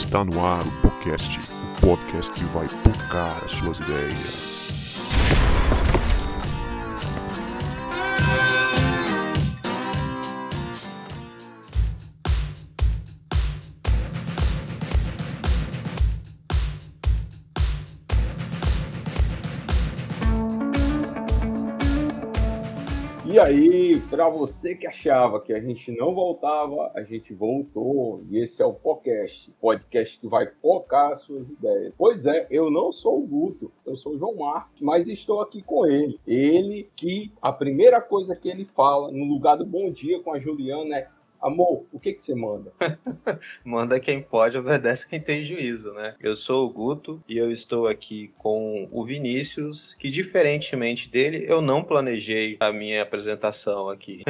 Está no ar o podcast que vai tocar as suas ideias. E aí, para você que achava que a gente não voltava, a gente voltou. E esse é o podcast que vai focar as suas ideias. Pois é, eu não sou o Guto, eu sou o João Marcos, mas estou aqui com ele. Ele que a primeira coisa que ele fala no lugar do bom dia com a Juliana é: amor, o que você manda? Manda quem pode, obedece quem tem juízo, né? Eu sou o Guto e eu estou aqui com o Vinícius, que diferentemente dele, eu não planejei a minha apresentação aqui.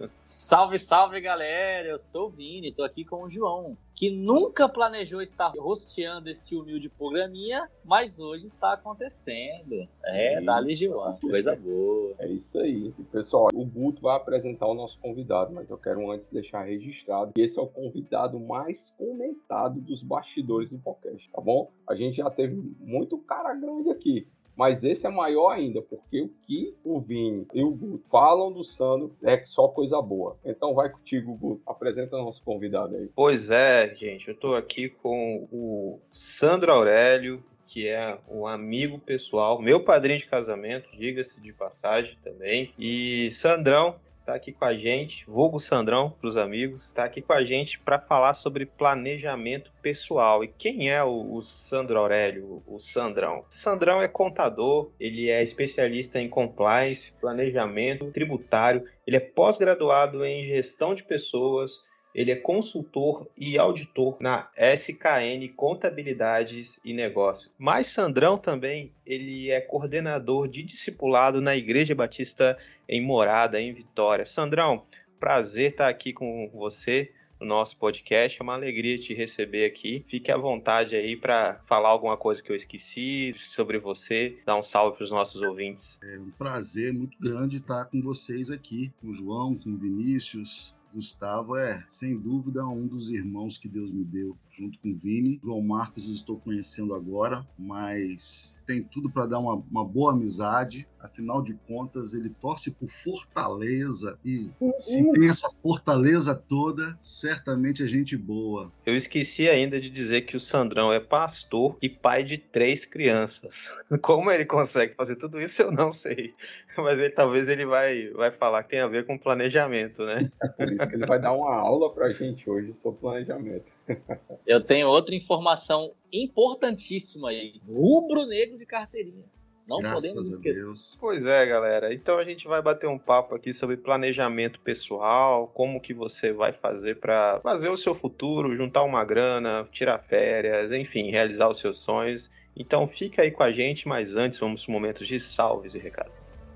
Salve, salve, galera! Eu sou o Vini, tô aqui com o João, que nunca planejou estar hosteando esse humilde programinha, mas hoje está acontecendo. Dali, João, coisa boa. É isso aí. E, pessoal, o Guto vai apresentar o nosso convidado, mas eu quero antes deixar registrado que esse é o convidado mais comentado dos bastidores do podcast, tá bom? A gente já teve muito cara grande aqui, mas esse é maior ainda, porque o que o Vini e o Guto falam do Sandro é só coisa boa. Então vai contigo, Guto. Apresenta o nosso convidado aí. Pois é, gente. Eu tô aqui com o Sandro Aurélio, que é um amigo pessoal, meu padrinho de casamento, diga-se de passagem também. E Sandrão tá aqui com a gente, vulgo Sandrão para os amigos, tá aqui com a gente para falar sobre planejamento pessoal. E quem é o Sandro Aurélio, o Sandrão? Sandrão é contador, ele é especialista em compliance, planejamento tributário, ele é pós-graduado em gestão de pessoas, ele é consultor e auditor na SKN Contabilidades e Negócios. Mas Sandrão também, ele é coordenador de discipulado na Igreja Batista em Morada, em Vitória. Sandrão, prazer estar aqui com você no nosso podcast. É uma alegria te receber aqui. Fique à vontade aí para falar alguma coisa que eu esqueci sobre você, dar um salve para os nossos ouvintes. É um prazer muito grande estar com vocês aqui, com o João, com o Vinícius. Gustavo é, sem dúvida, um dos irmãos que Deus me deu, junto com o Vini. João Marcos eu estou conhecendo agora, mas tem tudo para dar uma boa amizade. Afinal de contas, ele torce por Fortaleza e se tem essa fortaleza toda, certamente é gente boa. Eu esqueci ainda de dizer que o Sandrão é pastor e pai de 3 crianças. Como ele consegue fazer tudo isso, eu não sei. Mas talvez ele vai falar que tem a ver com planejamento, né? Por isso que ele vai dar uma aula pra gente hoje sobre planejamento. Eu tenho outra informação importantíssima aí. Rubro-negro de carteirinha. Não podemos esquecer. Deus. Pois é, galera. Então a gente vai bater um papo aqui sobre planejamento pessoal, como que você vai fazer para fazer o seu futuro, juntar uma grana, tirar férias, enfim, realizar os seus sonhos. Então fica aí com a gente, mas antes vamos para momentos de salves e recados.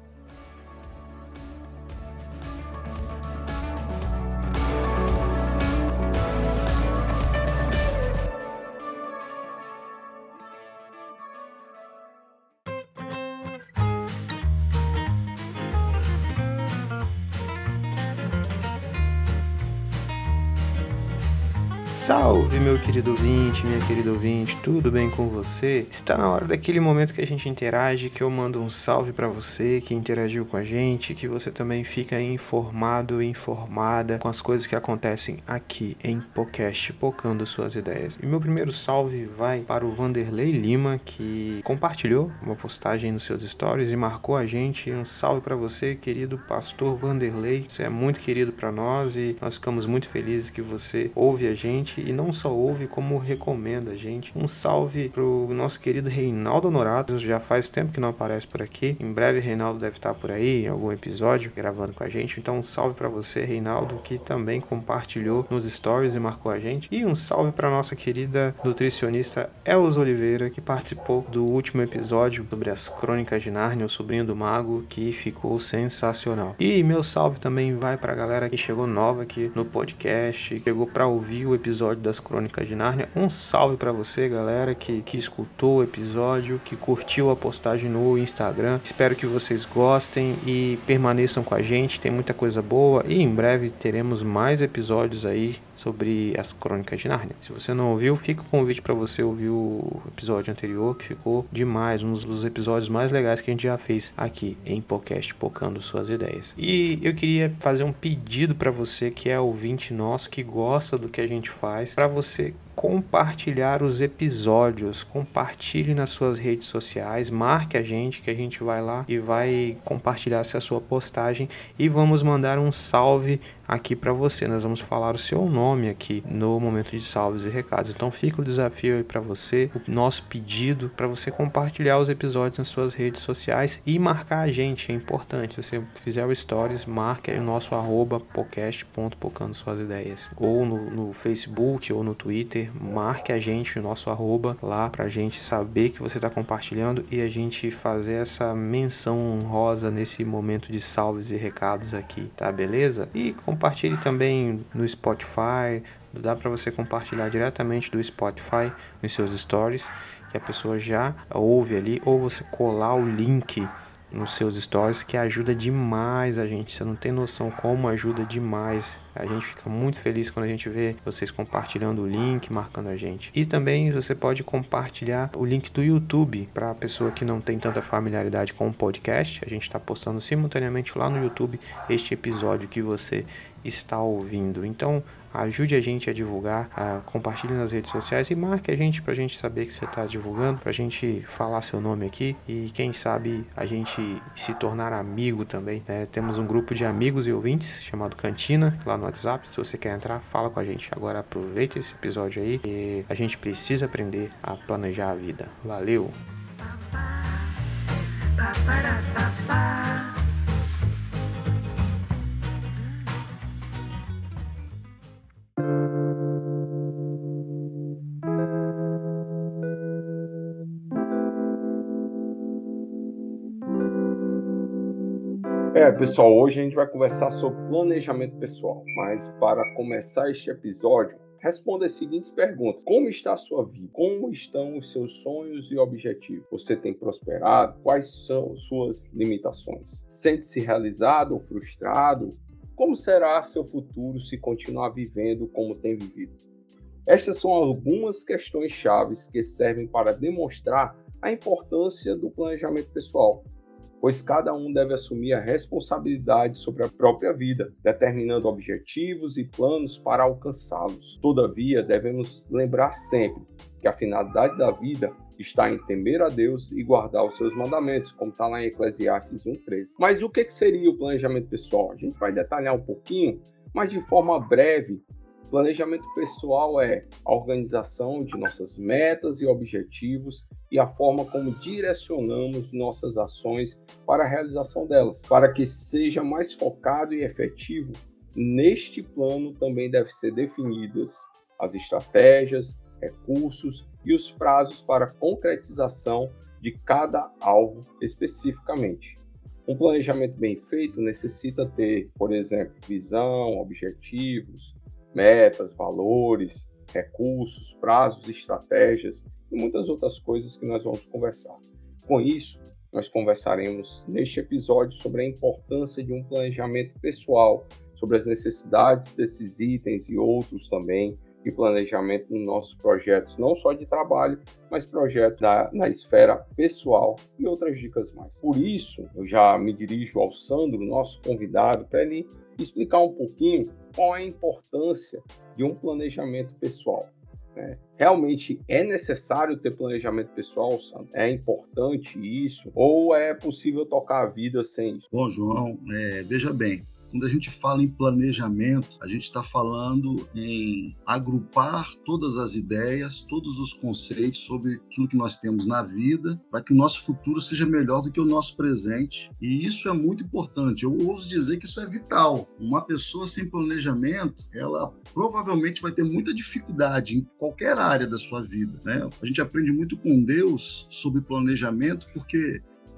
Salve, meu querido ouvinte, minha querida ouvinte, tudo bem com você? Está na hora daquele momento que a gente interage, que eu mando um salve pra você que interagiu com a gente, que você também fica informado e informada com as coisas que acontecem aqui em podcast, pocando suas ideias. E meu primeiro salve vai para o Vanderlei Lima, que compartilhou uma postagem nos seus stories e marcou a gente. Um salve pra você, querido pastor Vanderlei, você é muito querido pra nós e nós ficamos muito felizes que você ouve a gente e não só ouve, como recomenda a gente. Um salve pro nosso querido Reinaldo Honorato, já faz tempo que não aparece por aqui. Em breve Reinaldo deve estar por aí em algum episódio gravando com a gente. Então um salve para você, Reinaldo, que também compartilhou nos stories e marcou a gente. E um salve para nossa querida nutricionista Elza Oliveira, que participou do último episódio sobre as Crônicas de Nárnia, o sobrinho do mago, que ficou sensacional. E meu salve também vai pra galera que chegou nova aqui no podcast, chegou para ouvir o episódio episódio das Crônicas de Nárnia. Um salve para você, galera, que escutou o episódio, que curtiu a postagem no Instagram. Espero que vocês gostem e permaneçam com a gente, tem muita coisa boa e em breve teremos mais episódios aí sobre as Crônicas de Nárnia. Se você não ouviu, fica o convite para você ouvir o episódio anterior, que ficou demais, um dos episódios mais legais que a gente já fez aqui em podcast Pocando Suas Ideias. E eu queria fazer um pedido para você que é ouvinte nosso, que gosta do que a gente faz, para você compartilhar os episódios, compartilhe nas suas redes sociais, marque a gente que a gente vai lá e vai compartilhar essa sua postagem e vamos mandar um salve aqui para você. Nós vamos falar o seu nome aqui no momento de salves e recados. Então fica o desafio aí para você, o nosso pedido para você compartilhar os episódios nas suas redes sociais e marcar a gente, é importante. Se você fizer o stories, marque aí o nosso @podcast.pocandosuasideias ou no Facebook ou no Twitter, marque a gente, o nosso @ lá pra gente saber que você tá compartilhando e a gente fazer essa menção honrosa nesse momento de salves e recados aqui, tá beleza? E compartilhe também no Spotify, dá para você compartilhar diretamente do Spotify nos seus stories, que a pessoa já ouve ali, ou você colar o link nos seus stories, que ajuda demais a gente. Você não tem noção como ajuda demais. A gente fica muito feliz quando a gente vê vocês compartilhando o link, marcando a gente. E também você pode compartilhar o link do YouTube para a pessoa que não tem tanta familiaridade com o podcast. A gente está postando simultaneamente lá no YouTube este episódio que você está ouvindo. Então, ajude a gente a divulgar, compartilhe nas redes sociais e marque a gente pra gente saber que você está divulgando, pra gente falar seu nome aqui e quem sabe a gente se tornar amigo também, né? Temos um grupo de amigos e ouvintes chamado Cantina lá no WhatsApp. Se você quer entrar, fala com a gente. Agora aproveite esse episódio aí e a gente precisa aprender a planejar a vida. Valeu! Pessoal, hoje a gente vai conversar sobre planejamento pessoal, mas para começar este episódio, responda as seguintes perguntas: como está a sua vida? Como estão os seus sonhos e objetivos? Você tem prosperado? Quais são suas limitações? Sente-se realizado ou frustrado? Como será seu futuro se continuar vivendo como tem vivido? Estas são algumas questões chaves que servem para demonstrar a importância do planejamento pessoal, pois cada um deve assumir a responsabilidade sobre a própria vida, determinando objetivos e planos para alcançá-los. Todavia, devemos lembrar sempre que a finalidade da vida está em temer a Deus e guardar os seus mandamentos, como está lá em Eclesiastes 1:13. Mas o que seria o planejamento pessoal? A gente vai detalhar um pouquinho, mas de forma breve. Planejamento pessoal é a organização de nossas metas e objetivos e a forma como direcionamos nossas ações para a realização delas. Para que seja mais focado e efetivo, neste plano também devem ser definidas as estratégias, recursos e os prazos para a concretização de cada alvo especificamente. Um planejamento bem feito necessita ter, por exemplo, visão, objetivos, metas, valores, recursos, prazos, estratégias e muitas outras coisas que nós vamos conversar. Com isso, nós conversaremos neste episódio sobre a importância de um planejamento pessoal, sobre as necessidades desses itens e outros também, de planejamento nos nossos projetos, não só de trabalho, mas projetos na esfera pessoal e outras dicas mais. Por isso, eu já me dirijo ao Sandro, nosso convidado, para ele explicar um pouquinho qual é a importância de um planejamento pessoal. Realmente é necessário ter planejamento pessoal, Sandro? É importante isso? Ou é possível tocar a vida sem isso? Bom, João, veja bem. Quando a gente fala em planejamento, a gente está falando em agrupar todas as ideias, todos os conceitos sobre aquilo que nós temos na vida, para que o nosso futuro seja melhor do que o nosso presente. E isso é muito importante. Eu ouso dizer que isso é vital. Uma pessoa sem planejamento, ela provavelmente vai ter muita dificuldade em qualquer área da sua vida, né? A gente aprende muito com Deus sobre planejamento, porque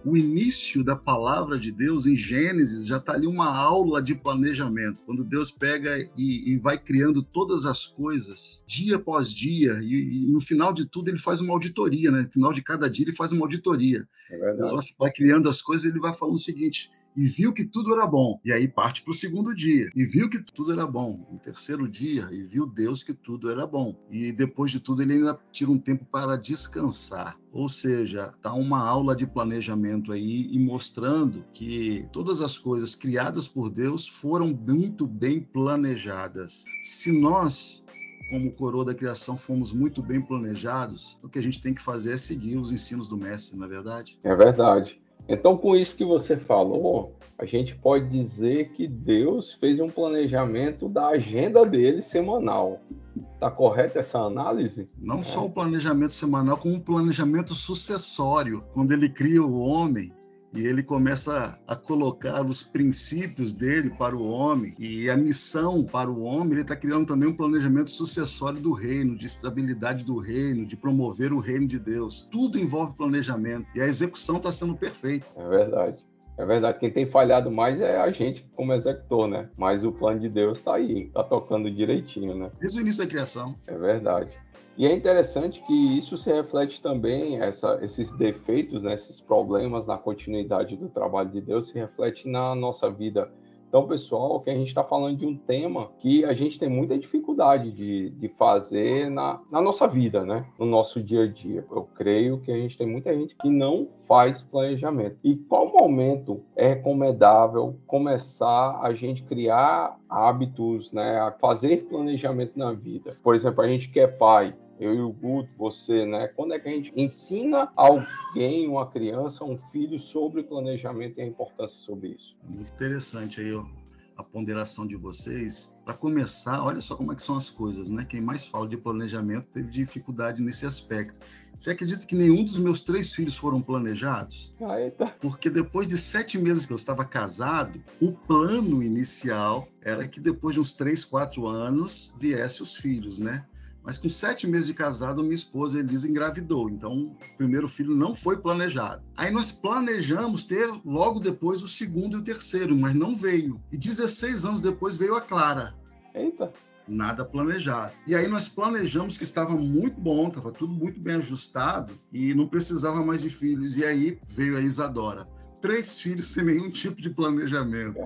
o início da palavra de Deus em Gênesis já está ali uma aula de planejamento. Quando Deus pega e vai criando todas as coisas, dia após dia, e no final de tudo ele faz uma auditoria, né? No final de cada dia ele faz uma auditoria. Deus vai criando as coisas e ele vai falando o seguinte: e viu que tudo era bom. E aí parte para o segundo dia. E viu que tudo era bom. No terceiro dia, e viu Deus que tudo era bom. E depois de tudo, ele ainda tira um tempo para descansar. Ou seja, está uma aula de planejamento aí e mostrando que todas as coisas criadas por Deus foram muito bem planejadas. Se nós, como coroa da criação, fomos muito bem planejados, o que a gente tem que fazer é seguir os ensinos do mestre, não é verdade? É verdade. Então, com isso que você falou, a gente pode dizer que Deus fez um planejamento da agenda dele semanal. Está correta essa análise? Não só o planejamento semanal, como um planejamento sucessório. Quando ele cria o homem e ele começa a colocar os princípios dele para o homem e a missão para o homem, ele está criando também um planejamento sucessório do reino, de estabilidade do reino, de promover o reino de Deus. Tudo envolve planejamento e a execução está sendo perfeita. É verdade. É verdade, quem tem falhado mais é a gente como executor, né? Mas o plano de Deus está aí, está tocando direitinho, né? Desde o início da criação. É verdade. E é interessante que isso se reflete também, esses defeitos, né, esses problemas na continuidade do trabalho de Deus se reflete na nossa vida. Então, pessoal, que a gente está falando de um tema que a gente tem muita dificuldade de fazer na nossa vida, né? No nosso dia a dia. Eu creio que a gente tem muita gente que não faz planejamento. E qual momento é recomendável começar a gente criar hábitos, né? A fazer planejamentos na vida? Por exemplo, a gente que é pai, eu e o Guto, você, né? Quando é que a gente ensina alguém, uma criança, um filho, sobre planejamento e a importância sobre isso? Muito interessante aí a ponderação de vocês. Para começar, olha só como é que são as coisas, né? Quem mais fala de planejamento teve dificuldade nesse aspecto. Você acredita que nenhum dos meus 3 filhos foram planejados? Eita. Porque depois de 7 meses que eu estava casado, o plano inicial era que depois de uns 3, 4 anos viesse os filhos, né? Mas com 7 meses de casado, minha esposa Elisa engravidou. Então, o primeiro filho não foi planejado. Aí nós planejamos ter logo depois o segundo e o terceiro, mas não veio. E 16 anos depois veio a Clara. Eita. Nada planejado. E aí nós planejamos que estava muito bom, estava tudo muito bem ajustado e não precisava mais de filhos. E aí veio a Isadora. 3 filhos sem nenhum tipo de planejamento.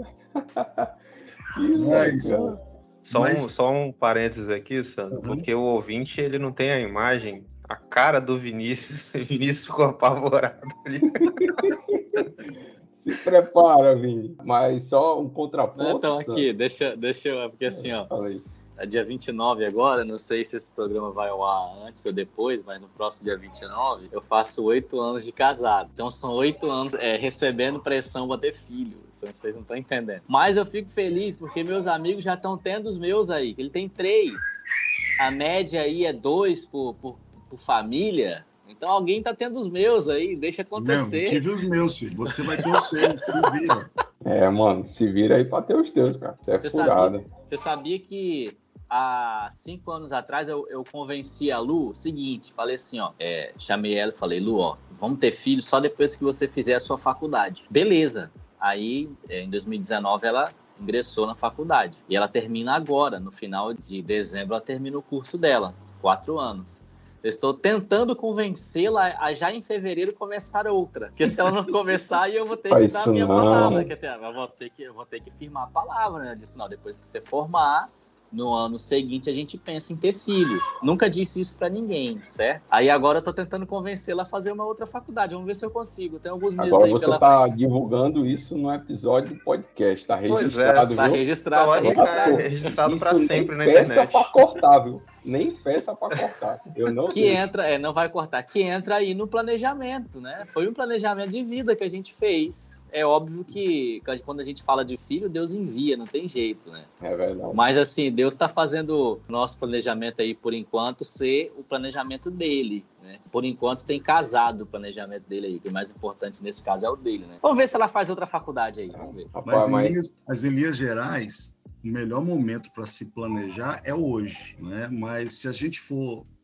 Só um parênteses aqui, Sandro, porque o ouvinte ele não tem a imagem, a cara do Vinícius. O Vinícius ficou apavorado ali. Se prepara, Vini. Mas só um contraponto. Então, aqui, deixa eu... Porque assim, ó, é dia 29 agora, não sei se esse programa vai ao ar antes ou depois, mas no próximo dia 29 eu faço 8 anos de casado. Então são 8 anos recebendo pressão para ter filho. Vocês não estão entendendo. Mas eu fico feliz porque meus amigos já estão tendo os meus aí. Ele tem 3. A média aí é 2 por família. Então alguém tá tendo os meus aí, deixa acontecer. Não, eu tive os meus, filho. Você vai ter os seus, se vira. Mano, se vira aí pra ter os teus, cara. Você é furado. Você sabia que há 5 anos atrás eu convenci a Lu o seguinte, falei assim, ó, chamei ela e falei, Lu, ó, vamos ter filho só depois que você fizer a sua faculdade. Beleza. Aí, em 2019, ela ingressou na faculdade. E ela termina agora, no final de dezembro, ela termina o curso dela, 4 anos. Eu estou tentando convencê-la a já em fevereiro começar outra. Porque se ela não começar, aí eu vou ter que dar a minha palavra. Eu vou ter que firmar a palavra, né? Eu disse, não, depois que você formar, no ano seguinte a gente pensa em ter filho. Nunca disse isso pra ninguém, certo? Aí agora eu tô tentando convencê-la a fazer uma outra faculdade. Vamos ver se eu consigo. Tem alguns meses agora aí pela frente. Agora você tá divulgando isso no episódio do podcast. Tá registrado, tá registrado. Tá registrado pra sempre na internet. Peça pra cortar, viu? Nem peça pra cortar. Eu não que entra, não vai cortar. Que entra aí no planejamento, né? Foi um planejamento de vida que a gente fez. É óbvio que quando a gente fala de filho, Deus envia, não tem jeito, né? É verdade. Mas assim, Deus está fazendo o nosso planejamento aí, por enquanto, ser o planejamento dele, né? Por enquanto tem casado o planejamento dele aí, que o mais importante nesse caso é o dele, né? Vamos ver se ela faz outra faculdade aí, vamos ver. Mas em linhas gerais, o melhor momento para se planejar é hoje, né? Mas se a gente for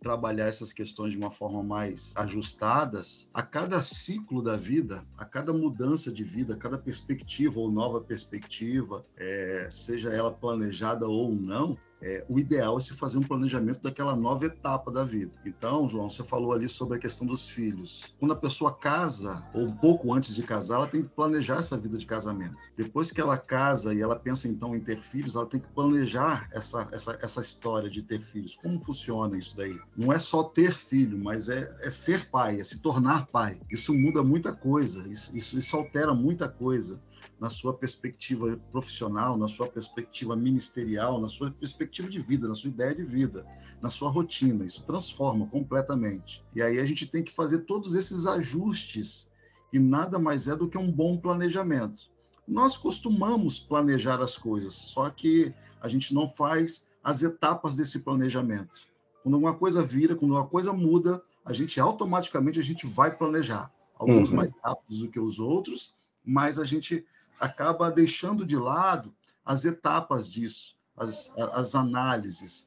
trabalhar essas questões de uma forma mais ajustadas, a cada ciclo da vida, a cada mudança de vida, a cada perspectiva ou nova perspectiva, seja ela planejada ou não, o ideal é se fazer um planejamento daquela nova etapa da vida. Então, João, você falou ali sobre a questão dos filhos. Quando a pessoa casa, ou um pouco antes de casar, ela tem que planejar essa vida de casamento. Depois que ela casa e ela pensa, então, em ter filhos, ela tem que planejar essa história de ter filhos. Como funciona isso daí? Não é só ter filho, mas é ser pai, é se tornar pai. Isso muda muita coisa, isso altera muita coisa na sua perspectiva profissional, na sua perspectiva ministerial, na sua perspectiva de vida, na sua ideia de vida, na sua rotina. Isso transforma completamente. E aí a gente tem que fazer todos esses ajustes, e nada mais é do que um bom planejamento. Nós costumamos planejar as coisas, só que a gente não faz as etapas desse planejamento. Quando uma coisa vira, quando uma coisa muda, a gente automaticamente vai planejar. Alguns mais rápidos do que os outros, mas a gente acaba deixando de lado as etapas disso, as análises,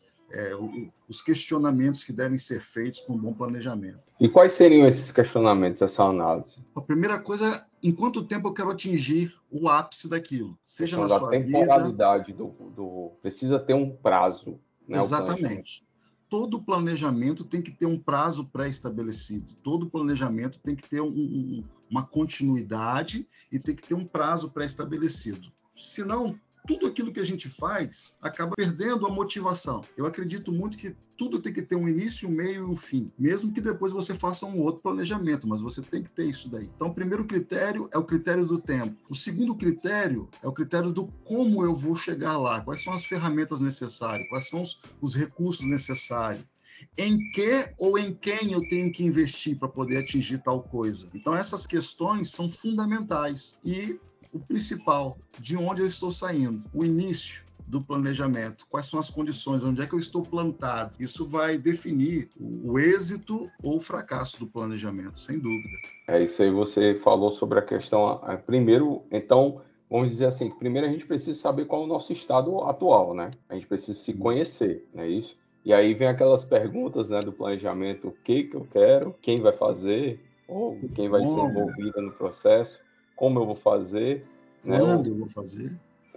os questionamentos que devem ser feitos com um bom planejamento. E quais seriam esses questionamentos, essa análise? A primeira coisa, em quanto tempo eu quero atingir o ápice daquilo? Seja na sua vida... A temporalidade precisa ter um prazo. Né, exatamente. Todo planejamento tem que ter um prazo pré-estabelecido. Todo planejamento tem que ter uma continuidade e tem que ter um prazo pré-estabelecido. Senão, tudo aquilo que a gente faz acaba perdendo a motivação. Eu acredito muito que tudo tem que ter um início, um meio e um fim. Mesmo que depois você faça um outro planejamento, mas você tem que ter isso daí. Então, o primeiro critério é o critério do tempo. O segundo critério é o critério do como eu vou chegar lá. Quais são as ferramentas necessárias? Quais são os recursos necessários? Em que ou em quem eu tenho que investir para poder atingir tal coisa? Então, essas questões são fundamentais. E o principal, de onde eu estou saindo, o início do planejamento, quais são as condições, onde é que eu estou plantado. Isso vai definir o êxito ou o fracasso do planejamento, sem dúvida. Isso aí você falou sobre a questão, primeiro, então, vamos dizer assim, primeiro a gente precisa saber qual é o nosso estado atual, né? A gente precisa se conhecer, não é isso? E aí vem aquelas perguntas, né, do planejamento, o que eu quero, quem vai fazer, ou quem vai ser envolvido no processo, como eu vou fazer, né? Quando eu vou fazer?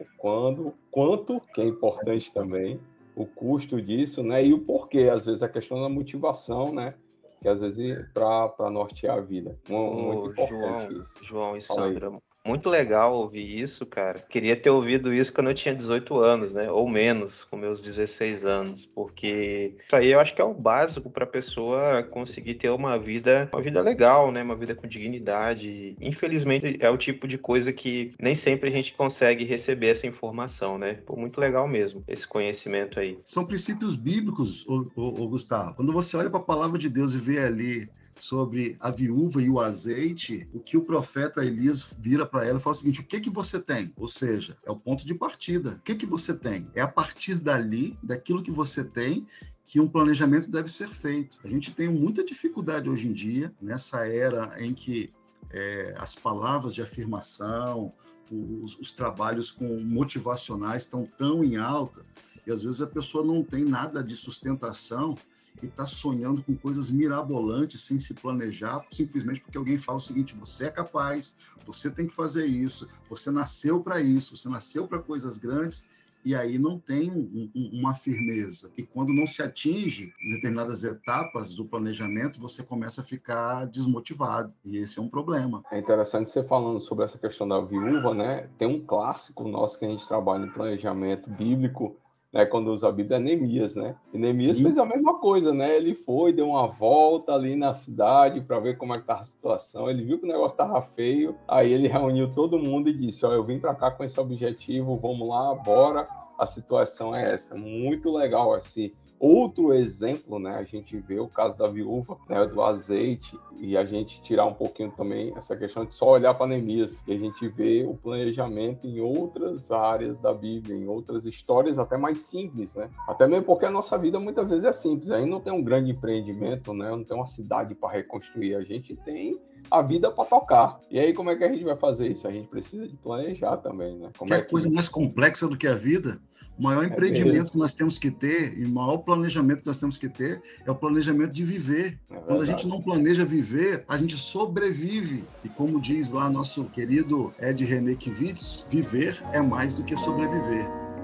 Quanto, que é importante também, o custo disso, né? E o porquê, às vezes a questão da motivação, né? Que às vezes para nortear a vida. Muito importante isso. João e Sandra, muito legal ouvir isso, cara. Queria ter ouvido isso quando eu tinha 18 anos, né? Ou menos, com meus 16 anos, porque isso aí eu acho que é o básico para a pessoa conseguir ter uma vida legal, né? Uma vida com dignidade. Infelizmente, é o tipo de coisa que nem sempre a gente consegue receber essa informação, né? Pô, muito legal mesmo, esse conhecimento aí. São princípios bíblicos, Gustavo. Quando você olha para a palavra de Deus e vê ali sobre a viúva e o azeite, o que o profeta Elias vira para ela e fala o seguinte: o que você tem? Ou seja, é o ponto de partida. O que você tem? É a partir dali, daquilo que você tem, que um planejamento deve ser feito. A gente tem muita dificuldade hoje em dia, nessa era em que as palavras de afirmação, os trabalhos motivacionais estão tão em alta, e às vezes a pessoa não tem nada de sustentação e está sonhando com coisas mirabolantes sem se planejar, simplesmente porque alguém fala o seguinte: você é capaz, você tem que fazer isso, você nasceu para isso, você nasceu para coisas grandes, e aí não tem uma firmeza. E quando não se atinge determinadas etapas do planejamento, você começa a ficar desmotivado, e esse é um problema. É interessante você falando sobre essa questão da viúva, né? Tem um clássico nosso que a gente trabalha em planejamento bíblico, né, quando usa a Bíblia, é Neemias, né? E Neemias fez a mesma coisa, né? Ele foi, deu uma volta ali na cidade para ver como é que estava a situação. Ele viu que o negócio estava feio, aí ele reuniu todo mundo e disse: eu vim para cá com esse objetivo, vamos lá, bora, a situação é essa. Muito legal esse outro exemplo, né? A gente vê o caso da viúva, né, do azeite, e a gente tirar um pouquinho também essa questão de só olhar para Neemias, e a gente vê o planejamento em outras áreas da Bíblia, em outras histórias até mais simples, né? Até mesmo porque a nossa vida muitas vezes é simples, aí não tem um grande empreendimento, né? Não tem uma cidade para reconstruir, a gente tem a vida para tocar. E aí, como é que a gente vai fazer isso? A gente precisa de planejar também, né? Como Quer coisa mais complexa do que a vida? O maior empreendimento que nós temos que ter e o maior planejamento que nós temos que ter é o planejamento de viver. Quando a gente não planeja viver, a gente sobrevive. E como diz lá nosso querido Ed Renekiewicz, viver é mais do que sobreviver.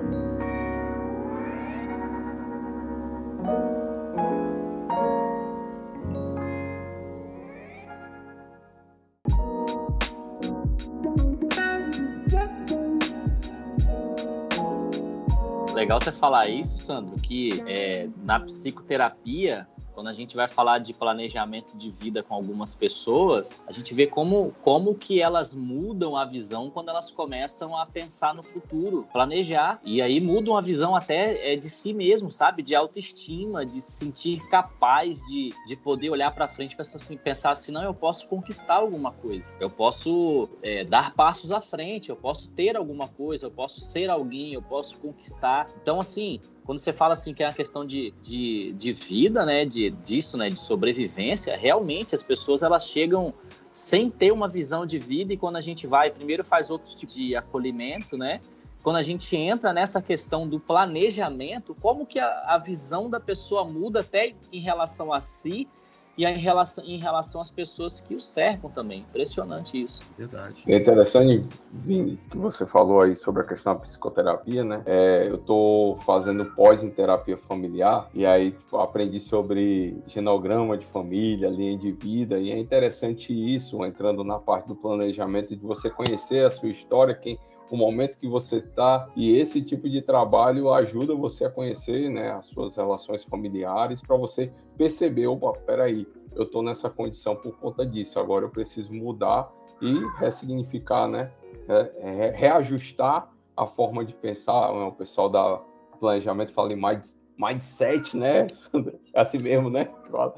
Legal você falar isso, Sandro, que na psicoterapia, quando a gente vai falar de planejamento de vida com algumas pessoas, a gente vê como que elas mudam a visão quando elas começam a pensar no futuro, planejar. E aí mudam a visão até de si mesmo, sabe? De autoestima, de se sentir capaz de poder olhar para frente e pensar assim, não, eu posso conquistar alguma coisa. Eu posso dar passos à frente, eu posso ter alguma coisa, eu posso ser alguém, eu posso conquistar. Então, assim, quando você fala assim que é uma questão de vida, né, disso, né, de sobrevivência, realmente as pessoas elas chegam sem ter uma visão de vida e quando a gente vai, primeiro faz outros tipos de acolhimento, né, quando a gente entra nessa questão do planejamento, como que a visão da pessoa muda até em relação a si e em relação às pessoas que o cercam também. Impressionante isso. Verdade. É interessante, Vini, que você falou aí sobre a questão da psicoterapia, né? Eu estou fazendo pós em terapia familiar e aí aprendi sobre genograma de família, linha de vida, e é interessante isso, entrando na parte do planejamento, de você conhecer a sua história, o momento que você está, e esse tipo de trabalho ajuda você a conhecer, né, as suas relações familiares, para você perceber, opa, peraí, eu estou nessa condição por conta disso, agora eu preciso mudar e ressignificar, né, reajustar a forma de pensar. O pessoal da planejamento fala em mindset, né, é assim mesmo, né,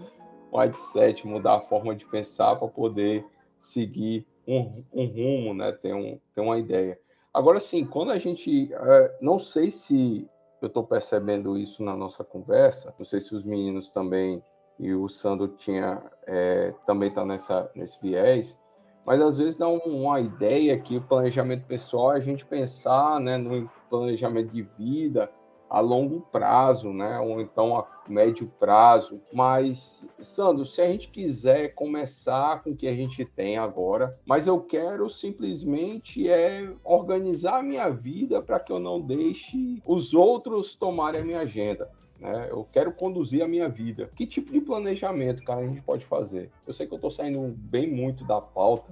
mindset, mudar a forma de pensar para poder seguir um rumo, né, ter uma ideia. Agora, sim, quando a gente... não sei se eu estou percebendo isso na nossa conversa, não sei se os meninos também, e o Sandro também está nesse viés, mas às vezes dá uma ideia que o planejamento pessoal é a gente pensar, né, no planejamento de vida a longo prazo, né, ou então a médio prazo. Mas, Sandro, se a gente quiser começar com o que a gente tem agora, mas eu quero simplesmente organizar a minha vida para que eu não deixe os outros tomarem a minha agenda, né? Eu quero conduzir a minha vida. Que tipo de planejamento, cara, a gente pode fazer? Eu sei que eu estou saindo bem muito da pauta,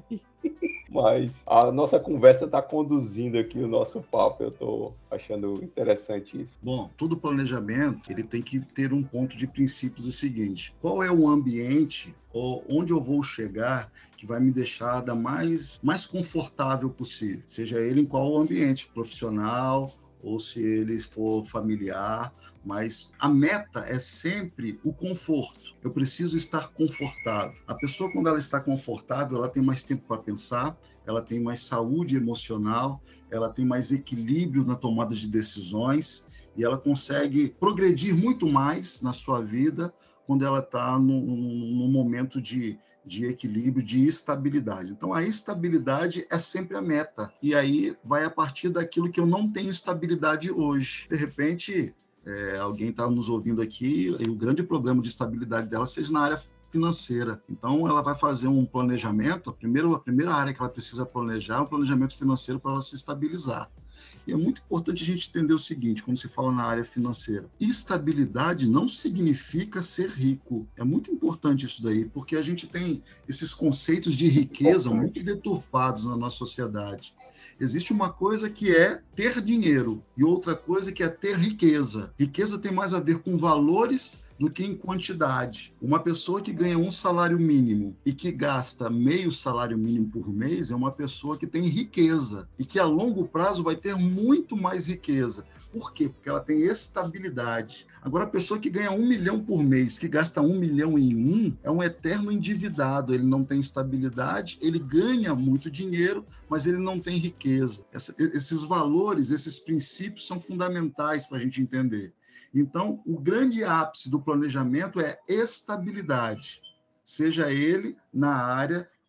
mas a nossa conversa está conduzindo aqui o nosso papo. Eu estou achando interessante isso. Bom, todo planejamento ele tem que ter um ponto de princípio do seguinte: qual é o ambiente ou onde eu vou chegar que vai me deixar da mais confortável possível, seja ele em qual ambiente, profissional ou se ele for familiar, mas a meta é sempre o conforto. Eu preciso estar confortável. A pessoa, quando ela está confortável, ela tem mais tempo para pensar, ela tem mais saúde emocional, ela tem mais equilíbrio na tomada de decisões e ela consegue progredir muito mais na sua vida quando ela está num momento de equilíbrio, de estabilidade. Então, a estabilidade é sempre a meta. E aí vai a partir daquilo que eu não tenho estabilidade hoje. De repente, alguém está nos ouvindo aqui e o grande problema de estabilidade dela seja na área financeira. Então, ela vai fazer um planejamento. A primeira área que ela precisa planejar é o planejamento financeiro para ela se estabilizar. E é muito importante a gente entender o seguinte, quando se fala na área financeira: estabilidade não significa ser rico. É muito importante isso daí, porque a gente tem esses conceitos de riqueza muito deturpados na nossa sociedade. Existe uma coisa que é ter dinheiro e outra coisa que é ter riqueza. Riqueza tem mais a ver com valores do que em quantidade. Uma pessoa que ganha um salário mínimo e que gasta meio salário mínimo por mês é uma pessoa que tem riqueza e que a longo prazo vai ter muito mais riqueza. Por quê? Porque ela tem estabilidade. Agora, a pessoa que ganha 1 milhão por mês, que gasta 1 milhão é um eterno endividado. Ele não tem estabilidade, ele ganha muito dinheiro, mas ele não tem riqueza. Esses valores, esses princípios são fundamentais para a gente entender. Então, o grande ápice do planejamento é estabilidade, seja ele na área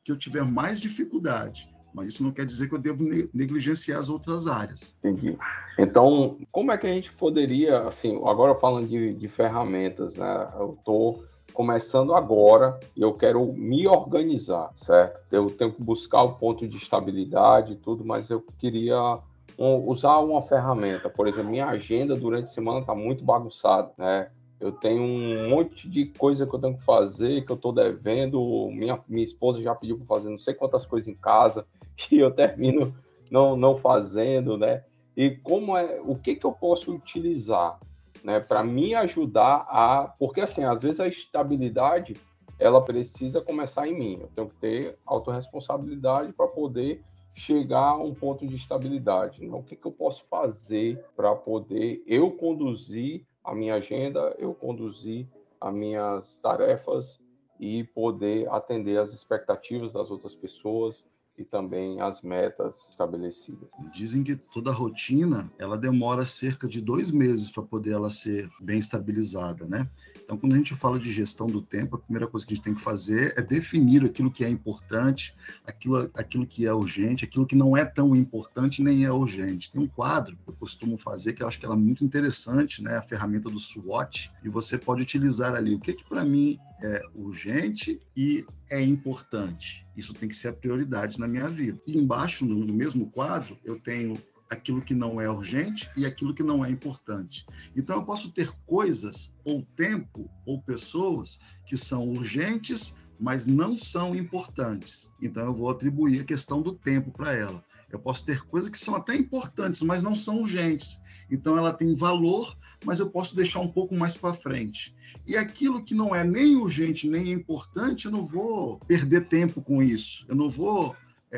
que eu tiver mais dificuldade. Mas isso não quer dizer que eu devo negligenciar as outras áreas. Entendi. Então, como é que a gente poderia, assim, agora falando de ferramentas, né? Eu estou começando agora e eu quero me organizar, certo? Eu tenho que buscar o ponto de estabilidade e tudo, mas eu queria usar uma ferramenta. Por exemplo, minha agenda durante a semana está muito bagunçada, né? Eu tenho um monte de coisa que eu tenho que fazer, que eu estou devendo. Minha esposa já pediu para fazer não sei quantas coisas em casa e eu termino não fazendo, né? E o que eu posso utilizar, né, para me ajudar porque assim, às vezes a estabilidade ela precisa começar em mim. Eu tenho que ter autorresponsabilidade para poder chegar a um ponto de estabilidade. Então, o que eu posso fazer para poder eu conduzir a minha agenda, eu conduzir as minhas tarefas e poder atender às expectativas das outras pessoas e também as metas estabelecidas. Dizem que toda rotina, ela demora cerca de 2 meses para poder ela ser bem estabilizada, né? Então, quando a gente fala de gestão do tempo, a primeira coisa que a gente tem que fazer é definir aquilo que é importante, aquilo que é urgente, aquilo que não é tão importante nem é urgente. Tem um quadro que eu costumo fazer, que eu acho que ela é muito interessante, né? A ferramenta do SWOT, e você pode utilizar ali o que para mim é urgente e é importante. Isso tem que ser a prioridade na minha vida. E embaixo, no mesmo quadro, eu tenho aquilo que não é urgente e aquilo que não é importante. Então, eu posso ter coisas, ou tempo, ou pessoas que são urgentes, mas não são importantes. Então, eu vou atribuir a questão do tempo para ela. Eu posso ter coisas que são até importantes, mas não são urgentes. Então, ela tem valor, mas eu posso deixar um pouco mais para frente. E aquilo que não é nem urgente, nem importante, eu não vou perder tempo com isso. Eu não vou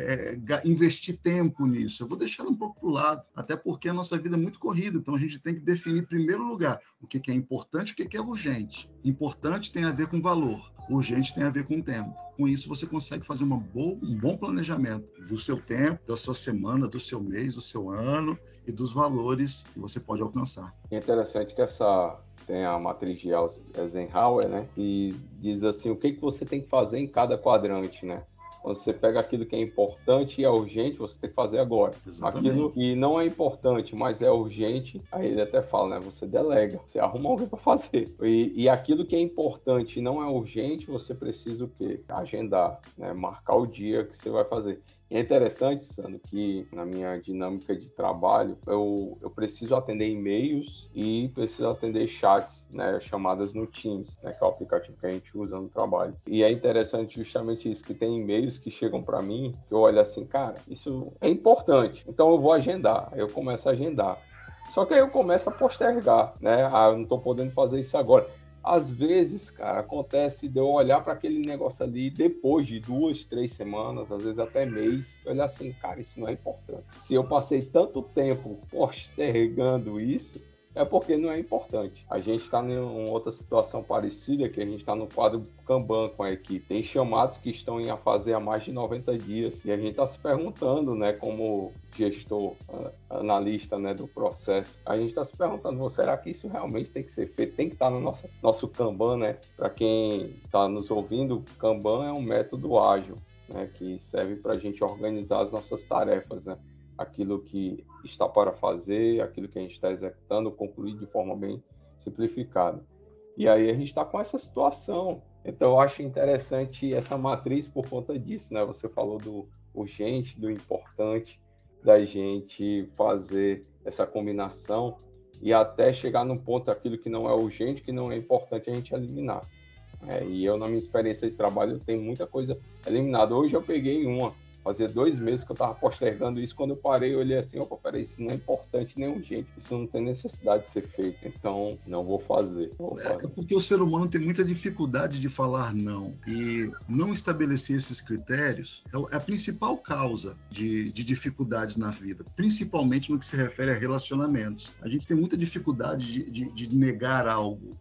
investir tempo nisso. Eu vou deixar um pouco para o lado, até porque a nossa vida é muito corrida. Então, a gente tem que definir, em primeiro lugar, o que é importante e o que é urgente. Importante tem a ver com valor. Urgente tem a ver com tempo. Com isso, você consegue fazer um bom planejamento do seu tempo, da sua semana, do seu mês, do seu ano e dos valores que você pode alcançar. É interessante que tem a matriz de Eisenhower, né, que diz assim, o que você tem que fazer em cada quadrante, né? Quando você pega aquilo que é importante e é urgente, você tem que fazer agora. Exatamente. Aquilo que não é importante, mas é urgente, aí ele até fala, né? Você delega, você arruma alguém para fazer. E aquilo que é importante e não é urgente, você precisa o quê? Agendar, né? Marcar o dia que você vai fazer. E é interessante, Sandro, que na minha dinâmica de trabalho, eu preciso atender e-mails e preciso atender chats, né, chamadas no Teams, né, que é o aplicativo que a gente usa no trabalho. E é interessante justamente isso, que tem e-mails que chegam para mim, que eu olho assim, cara, isso é importante, então eu vou agendar. Aí eu começo a agendar. Só que aí eu começo a postergar, né? Eu não estou podendo fazer isso agora. Às vezes, cara, acontece de eu olhar para aquele negócio ali depois de 2, 3 semanas, às vezes até mês, olhar assim, cara, isso não é importante. Se eu passei tanto tempo postergando isso, é porque não é importante. A gente está em outra situação parecida, que a gente está no quadro Kanban com a equipe. Tem chamados que estão a fazer há mais de 90 dias. E a gente está se perguntando, né, como gestor, analista, né, do processo, a gente está se perguntando, será que isso realmente tem que ser feito? Tem que estar no nosso Kanban, né? Para quem está nos ouvindo, Kanban é um método ágil, né, que serve para a gente organizar as nossas tarefas, né? Aquilo que está para fazer, aquilo que a gente está executando, concluir de forma bem simplificada. E aí a gente está com essa situação. Então eu acho interessante essa matriz por conta disso, né? Você falou do urgente, do importante, da gente fazer essa combinação e até chegar num ponto aquilo que não é urgente, que não é importante a gente eliminar. E eu, na minha experiência de trabalho, eu tenho muita coisa eliminada. Hoje eu peguei fazia 2 meses que eu estava postergando isso. Quando eu parei, eu olhei assim, opa, peraí, isso não é importante nem urgente, isso não tem necessidade de ser feito, então não vou fazer. É porque o ser humano tem muita dificuldade de falar não, e não estabelecer esses critérios é a principal causa de dificuldades na vida, principalmente no que se refere a relacionamentos. A gente tem muita dificuldade de negar algo,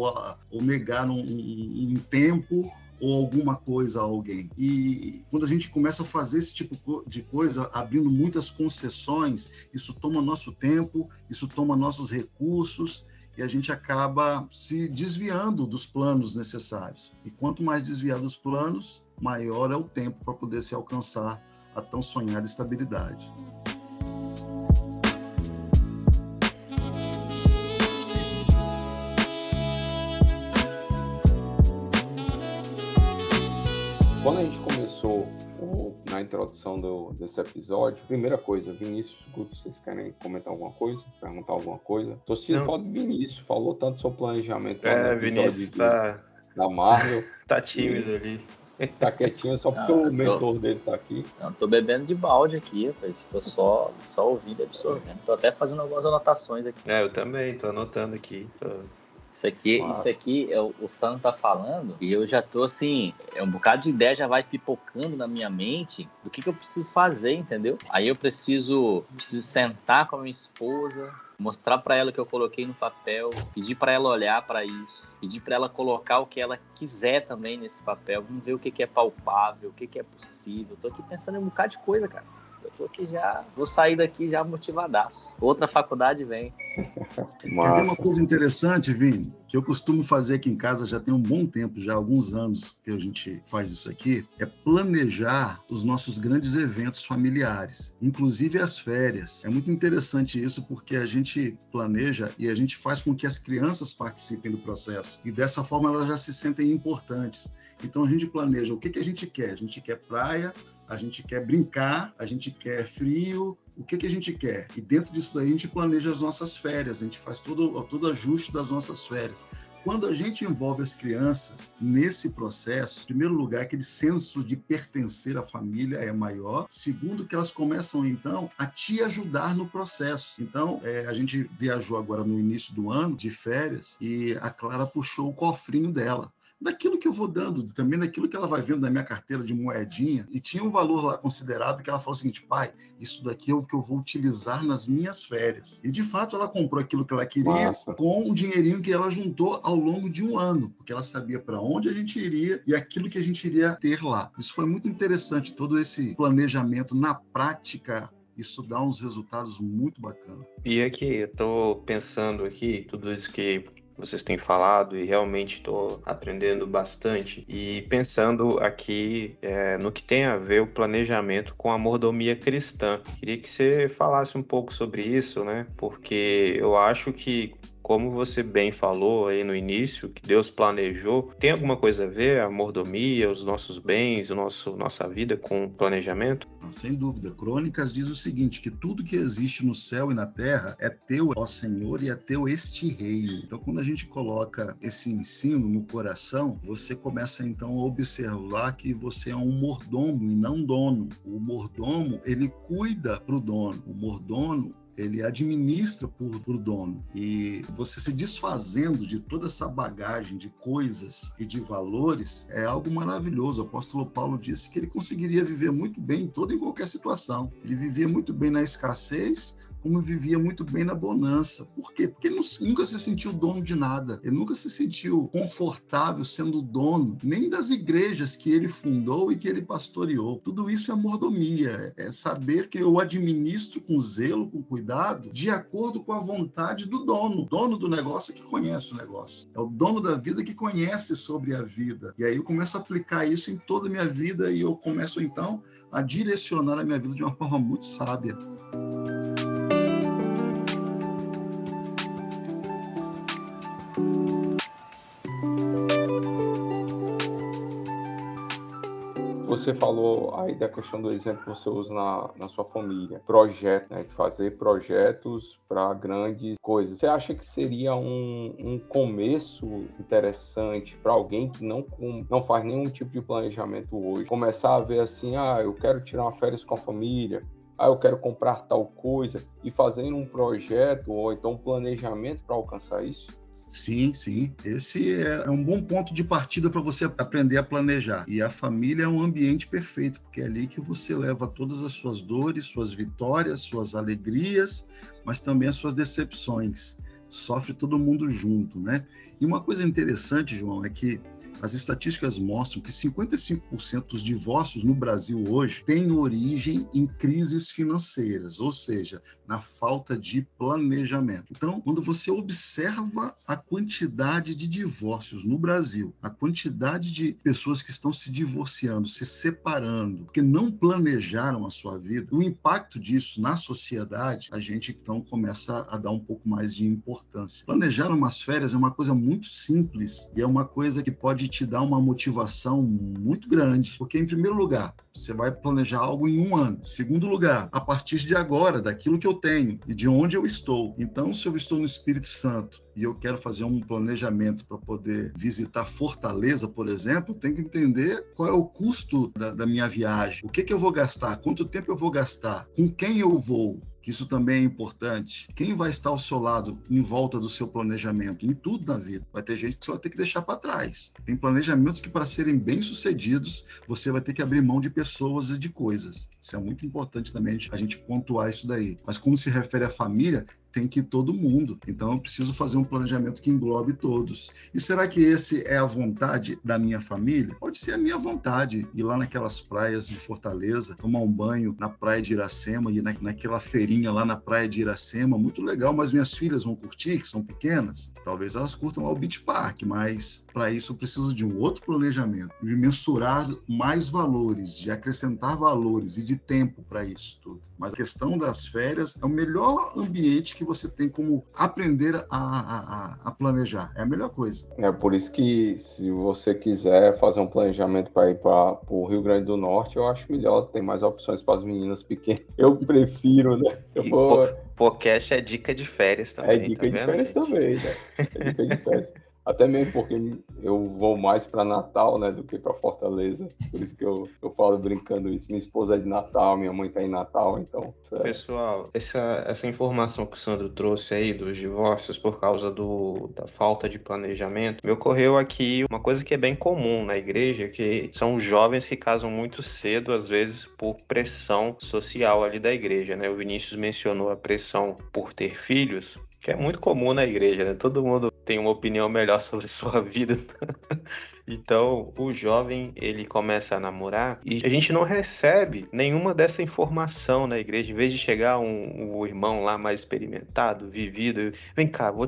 ou negar um tempo, ou alguma coisa a alguém. E quando a gente começa a fazer esse tipo de coisa, abrindo muitas concessões, isso toma nosso tempo, isso toma nossos recursos, e a gente acaba se desviando dos planos necessários. E quanto mais desviar dos planos, maior é o tempo para poder se alcançar a tão sonhada estabilidade. Quando a gente começou na introdução desse episódio, primeira coisa, Vinícius, Guto, vocês querem comentar alguma coisa? Perguntar alguma coisa? Tô assistindo foto do Vinícius, falou tanto sobre planejamento. Vinícius da Marvel. Tá tímido ali. Tá quietinho só porque o mentor dele tá aqui. Não, tô bebendo de balde aqui, rapaz. Tô só ouvindo e absorvendo. Tô até fazendo algumas anotações aqui. Eu também, tô anotando aqui. Isso aqui é o Sam tá falando, e eu já tô assim, um bocado de ideia já vai pipocando na minha mente do que eu preciso fazer, entendeu? Aí eu preciso sentar com a minha esposa, mostrar pra ela o que eu coloquei no papel, pedir pra ela olhar pra isso, pedir pra ela colocar o que ela quiser também nesse papel, vamos ver o que é palpável, o que é possível. Eu tô aqui pensando em um bocado de coisa, cara. Eu tô aqui já, vou sair daqui já motivadaço. Outra faculdade vem. Quer ver uma coisa interessante, Vini? Que eu costumo fazer aqui em casa já tem um bom tempo, já há alguns anos que a gente faz isso aqui, é planejar os nossos grandes eventos familiares, inclusive as férias. É muito interessante isso porque a gente planeja e a gente faz com que as crianças participem do processo e dessa forma elas já se sentem importantes. Então a gente planeja o que a gente quer. A gente quer praia, a gente quer brincar, a gente quer frio, o que a gente quer. E dentro disso daí a gente planeja as nossas férias, a gente faz todo ajuste das nossas férias. Quando a gente envolve as crianças nesse processo, em primeiro lugar, aquele senso de pertencer à família é maior. Segundo, que elas começam, então, a te ajudar no processo. Então, a gente viajou agora no início do ano, de férias, e a Clara puxou o cofrinho dela. Daquilo que eu vou dando, também daquilo que ela vai vendo na minha carteira de moedinha, e tinha um valor lá considerável que ela falou o seguinte: pai, isso daqui é o que eu vou utilizar nas minhas férias. E de fato ela comprou aquilo que ela queria com um dinheirinho que ela juntou ao longo de um ano, porque ela sabia para onde a gente iria e aquilo que a gente iria ter lá. Isso foi muito interessante, todo esse planejamento na prática. Isso dá uns resultados muito bacanas. E aqui, eu tô pensando aqui, tudo isso que vocês têm falado, e realmente estou aprendendo bastante, e pensando aqui no que tem a ver o planejamento com a mordomia cristã. Queria que você falasse um pouco sobre isso, né? Porque eu acho que, como você bem falou aí no início, que Deus planejou, tem alguma coisa a ver a mordomia, os nossos bens, nossa vida com planejamento? Sem dúvida. Crônicas diz o seguinte, que tudo que existe no céu e na terra é teu, ó Senhor, e é teu este reino. Então, quando a gente coloca esse ensino no coração, você começa então a observar que você é um mordomo e não dono. O mordomo, ele cuida para o dono. O mordomo, ele administra por dono. E você se desfazendo de toda essa bagagem de coisas e de valores é algo maravilhoso. O apóstolo Paulo disse que ele conseguiria viver muito bem em toda e qualquer situação. Ele vivia muito bem na escassez, como vivia muito bem na bonança. Por quê? Porque ele nunca se sentiu dono de nada. Ele nunca se sentiu confortável sendo dono, nem das igrejas que ele fundou e que ele pastoreou. Tudo isso é mordomia, é saber que eu administro com zelo, com cuidado, de acordo com a vontade do dono. O dono do negócio é que conhece o negócio. É o dono da vida que conhece sobre a vida. E aí eu começo a aplicar isso em toda a minha vida e eu começo, então, a direcionar a minha vida de uma forma muito sábia. Você falou aí da questão do exemplo que você usa na sua família. Projeto, né? De fazer projetos para grandes coisas. Você acha que seria um começo interessante para alguém que não faz nenhum tipo de planejamento hoje? Começar a ver assim, eu quero tirar uma férias com a família, eu quero comprar tal coisa, e fazendo um projeto ou então um planejamento para alcançar isso? Sim, sim. Esse é um bom ponto de partida para você aprender a planejar. E a família é um ambiente perfeito, porque é ali que você leva todas as suas dores, suas vitórias, suas alegrias, mas também as suas decepções. sofre todo mundo junto, né? E uma coisa interessante, João, é que as estatísticas mostram que 55% dos divórcios no Brasil hoje têm origem em crises financeiras, ou seja, na falta de planejamento. Então, quando você observa a quantidade de divórcios no Brasil, a quantidade de pessoas que estão se divorciando, se separando, porque não planejaram a sua vida, o impacto disso na sociedade, a gente então começa a dar um pouco mais de importância. Planejar umas férias é uma coisa muito simples e é uma coisa que pode te dar uma motivação muito grande, porque em primeiro lugar, você vai planejar algo em 1 ano. Em segundo lugar, a partir de agora, daquilo que eu tenho e de onde eu estou. Então, se eu estou no Espírito Santo e eu quero fazer um planejamento para poder visitar Fortaleza, por exemplo, tenho que entender qual é o custo da minha viagem, o que eu vou gastar, quanto tempo eu vou gastar, com quem eu vou, que isso também é importante. Quem vai estar ao seu lado em volta do seu planejamento? Em tudo na vida. Vai ter gente que você vai ter que deixar para trás. Tem planejamentos que, para serem bem-sucedidos, você vai ter que abrir mão de pessoas e de coisas. Isso é muito importante também a gente pontuar isso daí. Mas como se refere à família, tem que ir todo mundo. Então, eu preciso fazer um planejamento que englobe todos. E será que esse é a vontade da minha família? Pode ser a minha vontade. Ir lá naquelas praias de Fortaleza, tomar um banho na praia de Iracema, e naquela feirinha lá na praia de Iracema, muito legal, mas minhas filhas vão curtir, que são pequenas. Talvez elas curtam lá o Beach Park, mas para isso eu preciso de um outro planejamento, de mensurar mais valores, de acrescentar valores e de tempo para isso tudo. Mas a questão das férias é o melhor ambiente que você tem como aprender a planejar. É a melhor coisa. É por isso que, se você quiser fazer um planejamento para ir para o Rio Grande do Norte, eu acho melhor, tem mais opções para as meninas pequenas. Eu prefiro, né? Podcast é dica de férias também. É dica de férias gente? também, né? É dica de férias. Até mesmo porque eu vou mais para Natal, né, do que para Fortaleza. Por isso que eu falo brincando isso. Minha esposa é de Natal, minha mãe tá em Natal, então... Pessoal, essa informação que o Sandro trouxe aí dos divórcios por causa da falta de planejamento, me ocorreu aqui uma coisa que é bem comum na igreja, que são os jovens que casam muito cedo, às vezes por pressão social ali da igreja, né? O Vinícius mencionou a pressão por ter filhos, que é muito comum na igreja, né? Todo mundo tem uma opinião melhor sobre sua vida. Então, o jovem, ele começa a namorar e a gente não recebe nenhuma dessa informação na igreja. Em vez de chegar um irmão lá mais experimentado, vivido, vem cá, vou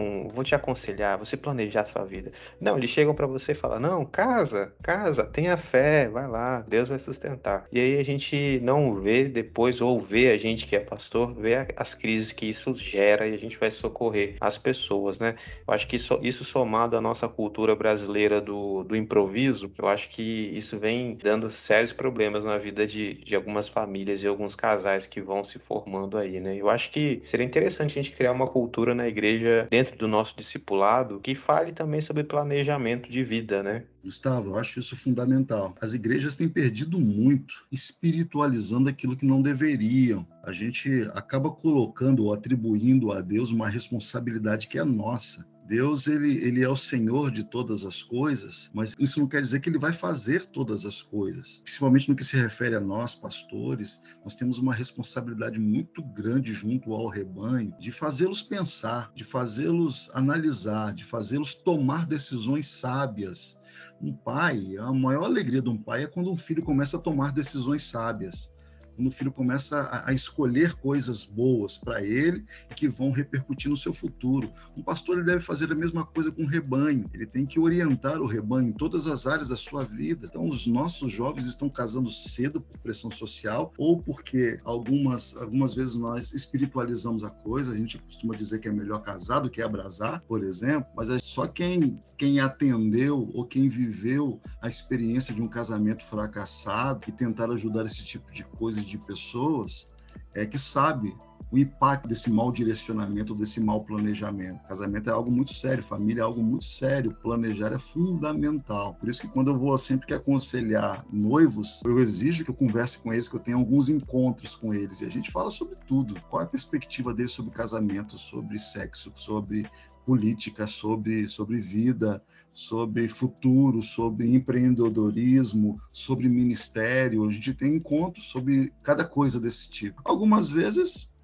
te aconselhar, você planejar a sua vida. Não, eles chegam para você e falam, não, casa, tenha fé, vai lá, Deus vai sustentar. E aí a gente não vê depois, ou vê a gente que é pastor, vê as crises que isso gera e a gente vai socorrer as pessoas, né? Eu acho que isso somado à nossa cultura brasileira do improviso, eu acho que isso vem dando sérios problemas na vida de algumas famílias e alguns casais que vão se formando aí, né? Eu acho que seria interessante a gente criar uma cultura na igreja, dentro do nosso discipulado, que fale também sobre planejamento de vida, né? Gustavo, eu acho isso fundamental. As igrejas têm perdido muito, espiritualizando aquilo que não deveriam. A gente acaba colocando ou atribuindo a Deus uma responsabilidade que é nossa. Deus, ele é o Senhor de todas as coisas, mas isso não quer dizer que ele vai fazer todas as coisas. Principalmente no que se refere a nós, pastores, nós temos uma responsabilidade muito grande junto ao rebanho de fazê-los pensar, de fazê-los analisar, de fazê-los tomar decisões sábias. Um pai, a maior alegria de um pai é quando um filho começa a tomar decisões sábias. Quando o filho começa a escolher coisas boas para ele e que vão repercutir no seu futuro. Um pastor ele deve fazer a mesma coisa com o rebanho. Ele tem que orientar o rebanho em todas as áreas da sua vida. Então, os nossos jovens estão casando cedo por pressão social ou porque algumas vezes nós espiritualizamos a coisa. A gente costuma dizer que é melhor casar do que abrasar, por exemplo, mas é só quem atendeu ou quem viveu a experiência de um casamento fracassado e tentar ajudar esse tipo de coisa de pessoas, que sabe o impacto desse mau direcionamento, desse mau planejamento. Casamento é algo muito sério, família é algo muito sério, planejar é fundamental. Por isso que quando eu vou sempre que aconselhar noivos, eu exijo que eu converse com eles, que eu tenha alguns encontros com eles, e a gente fala sobre tudo. Qual é a perspectiva deles sobre casamento, sobre sexo, sobre política, sobre vida, sobre futuro, sobre empreendedorismo, sobre ministério. A gente tem encontros sobre cada coisa desse tipo. Algumas vezes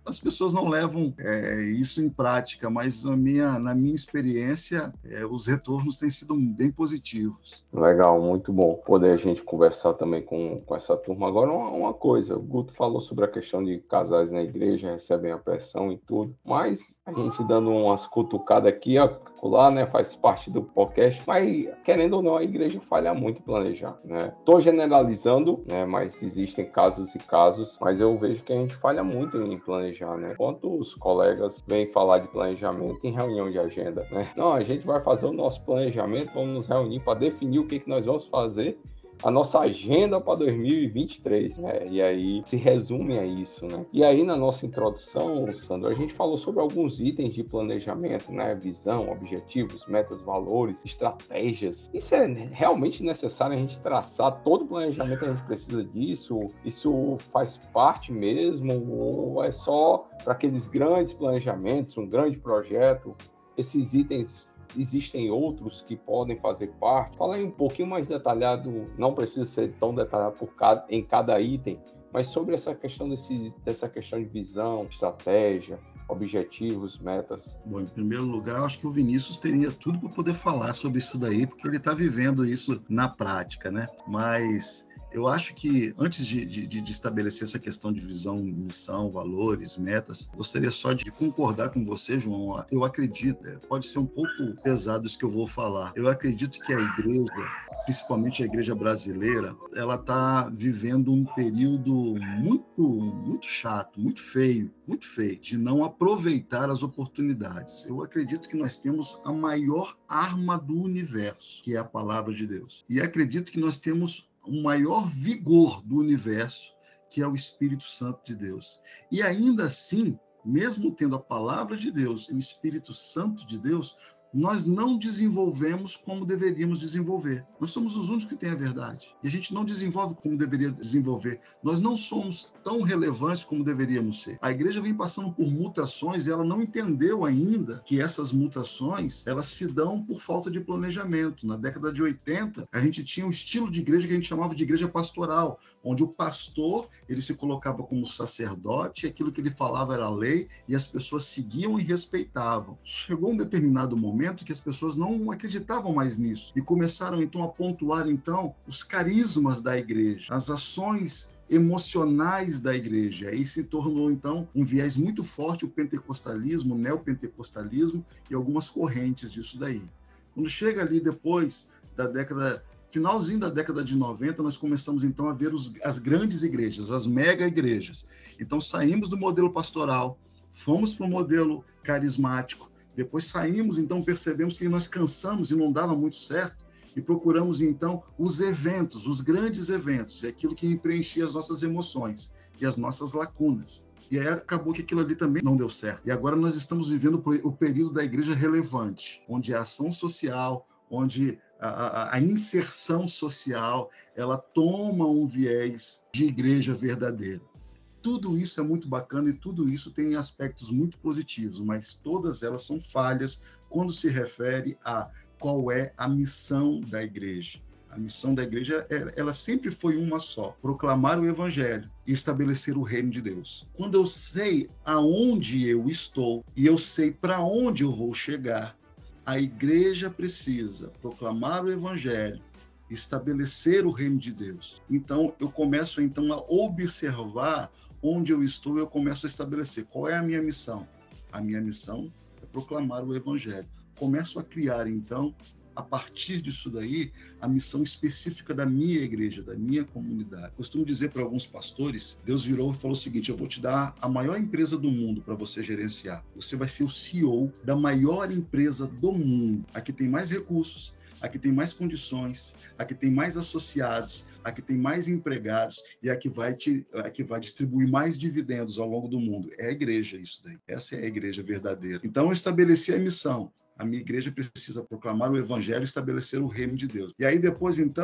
as pessoas não levam isso em prática, mas na minha experiência, os retornos têm sido bem positivos. Legal, muito bom poder a gente conversar também com essa turma. Agora, uma coisa, o Guto falou sobre a questão de casais na igreja, recebem a pressão e tudo, mas a gente dando umas cutucadas aqui, lá, né, faz parte do podcast, mas querendo ou não, a igreja falha muito em planejar, né? Tô generalizando, né, mas existem casos e casos, mas eu vejo que a gente falha muito em planejar, né? Quantos colegas vêm falar de planejamento em reunião de agenda, né? Não, a gente vai fazer o nosso planejamento, vamos nos reunir para definir o que nós vamos fazer, a nossa agenda para 2023, né? E aí se resume a isso, né? E aí na nossa introdução, Sandro, a gente falou sobre alguns itens de planejamento, né? Visão, objetivos, metas, valores, estratégias. Isso é realmente necessário a gente traçar todo o planejamento, a gente precisa disso? Isso faz parte mesmo? Ou é só para aqueles grandes planejamentos, um grande projeto? Esses itens existem outros que podem fazer parte? Fala aí um pouquinho mais detalhado, não precisa ser tão detalhado em cada item, mas sobre essa questão dessa questão de visão, estratégia, objetivos, metas. Bom, em primeiro lugar, eu acho que o Vinícius teria tudo para poder falar sobre isso daí, porque ele está vivendo isso na prática, né? Mas eu acho que, antes de estabelecer essa questão de visão, missão, valores, metas, gostaria só de concordar com você, João. Eu acredito, pode ser um pouco pesado isso que eu vou falar, eu acredito que a igreja, principalmente a igreja brasileira, ela está vivendo um período muito chato, muito feio, de não aproveitar as oportunidades. Eu acredito que nós temos a maior arma do universo, que é a palavra de Deus. E acredito que nós temos o maior vigor do universo, que é o Espírito Santo de Deus. E ainda assim, mesmo tendo a palavra de Deus e o Espírito Santo de Deus, nós não desenvolvemos como deveríamos desenvolver. Nós somos os únicos que têm a verdade. E a gente não desenvolve como deveria desenvolver. Nós não somos tão relevantes como deveríamos ser. A igreja vem passando por mutações e ela não entendeu ainda que essas mutações, elas se dão por falta de planejamento. Na década de 80, a gente tinha um estilo de igreja que a gente chamava de igreja pastoral, onde o pastor, ele se colocava como sacerdote, aquilo que ele falava era lei, e as pessoas seguiam e respeitavam. Chegou um determinado momento que as pessoas não acreditavam mais nisso e começaram então a pontuar então os carismas da igreja, as ações emocionais da igreja. Aí se tornou então um viés muito forte o pentecostalismo, o neopentecostalismo e algumas correntes disso daí. Quando chega ali depois da finalzinho da década de 90, nós começamos então a ver as grandes igrejas, as mega igrejas. Então saímos do modelo pastoral, fomos para o modelo carismático. Depois saímos, então percebemos que nós cansamos e não dava muito certo e procuramos então os eventos, os grandes eventos, aquilo que preenchia as nossas emoções e as nossas lacunas. E aí acabou que aquilo ali também não deu certo. E agora nós estamos vivendo o período da igreja relevante, onde a ação social, onde a inserção social, ela toma um viés de igreja verdadeira. Tudo isso é muito bacana e tudo isso tem aspectos muito positivos, mas todas elas são falhas quando se refere a qual é a missão da igreja. A missão da igreja, ela sempre foi uma só: proclamar o evangelho e estabelecer o reino de Deus. Quando eu sei aonde eu estou e eu sei para onde eu vou chegar, a igreja precisa proclamar o evangelho, estabelecer o reino de Deus. Então, eu começo então a observar onde eu estou, eu começo a estabelecer qual é a minha missão. A minha missão é proclamar o evangelho. Começo a criar, então, a partir disso daí, a missão específica da minha igreja, da minha comunidade. Costumo dizer para alguns pastores, Deus virou e falou o seguinte: eu vou te dar a maior empresa do mundo para você gerenciar. Você vai ser o CEO da maior empresa do mundo. Aqui tem mais recursos, aqui tem mais condições, aqui tem mais associados, aqui tem mais empregados e aqui vai distribuir mais dividendos ao longo do mundo. É a igreja isso daí. Essa é a igreja verdadeira. Então eu estabeleci a missão. A minha igreja precisa proclamar o evangelho e estabelecer o reino de Deus. E aí depois, então,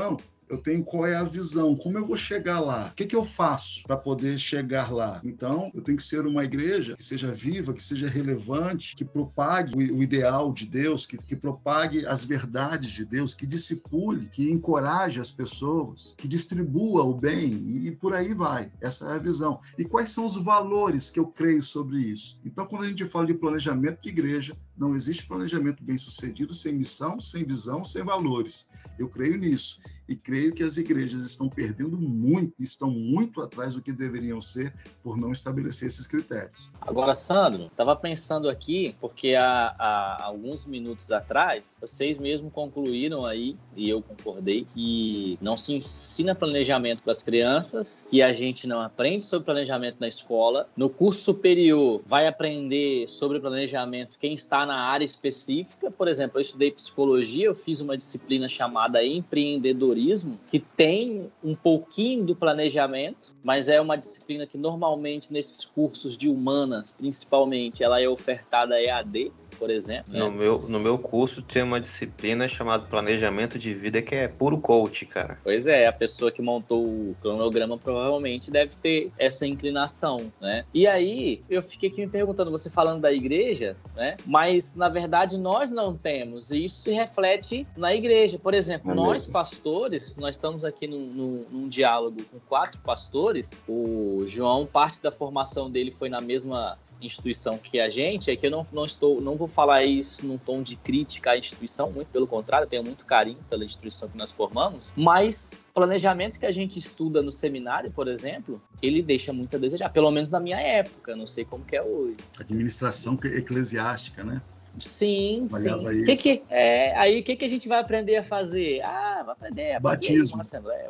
eu tenho qual é a visão, como eu vou chegar lá, o que eu faço para poder chegar lá. Então, eu tenho que ser uma igreja que seja viva, que seja relevante, que propague o ideal de Deus, que propague as verdades de Deus, que discipule, que encoraje as pessoas, que distribua o bem, e por aí vai. Essa é a visão. E quais são os valores que eu creio sobre isso? Então, quando a gente fala de planejamento de igreja, não existe planejamento bem-sucedido sem missão, sem visão, sem valores. Eu creio nisso. E creio que as igrejas estão perdendo muito, estão muito atrás do que deveriam ser por não estabelecer esses critérios. Agora, Sandro, estava pensando aqui, porque há alguns minutos atrás, vocês mesmos concluíram aí, e eu concordei, que não se ensina planejamento para as crianças, que a gente não aprende sobre planejamento na escola. No curso superior, vai aprender sobre planejamento quem está na área específica. Por exemplo, eu estudei psicologia, eu fiz uma disciplina chamada empreendedorismo, que tem um pouquinho do planejamento, mas é uma disciplina que normalmente nesses cursos de humanas, principalmente, ela é ofertada EAD, por exemplo. No meu curso tem uma disciplina chamada Planejamento de Vida, que é puro coach, cara. Pois é, a pessoa que montou o cronograma provavelmente deve ter essa inclinação, né? E aí, eu fiquei aqui me perguntando, você falando da igreja, né? Mas, na verdade, nós não temos, e isso se reflete na igreja. Por exemplo, nós pastores, nós estamos aqui num diálogo com 4 pastores. O João, parte da formação dele foi na mesma instituição que a gente, é que eu não vou falar isso num tom de crítica à instituição, muito pelo contrário, eu tenho muito carinho pela instituição que nós formamos, mas o planejamento que a gente estuda no seminário, por exemplo, ele deixa muito a desejar, pelo menos na minha época, não sei como que é hoje. Administração eclesiástica, né? Sim, sim. Aí o que a gente vai aprender a fazer? Vai aprender a batismo.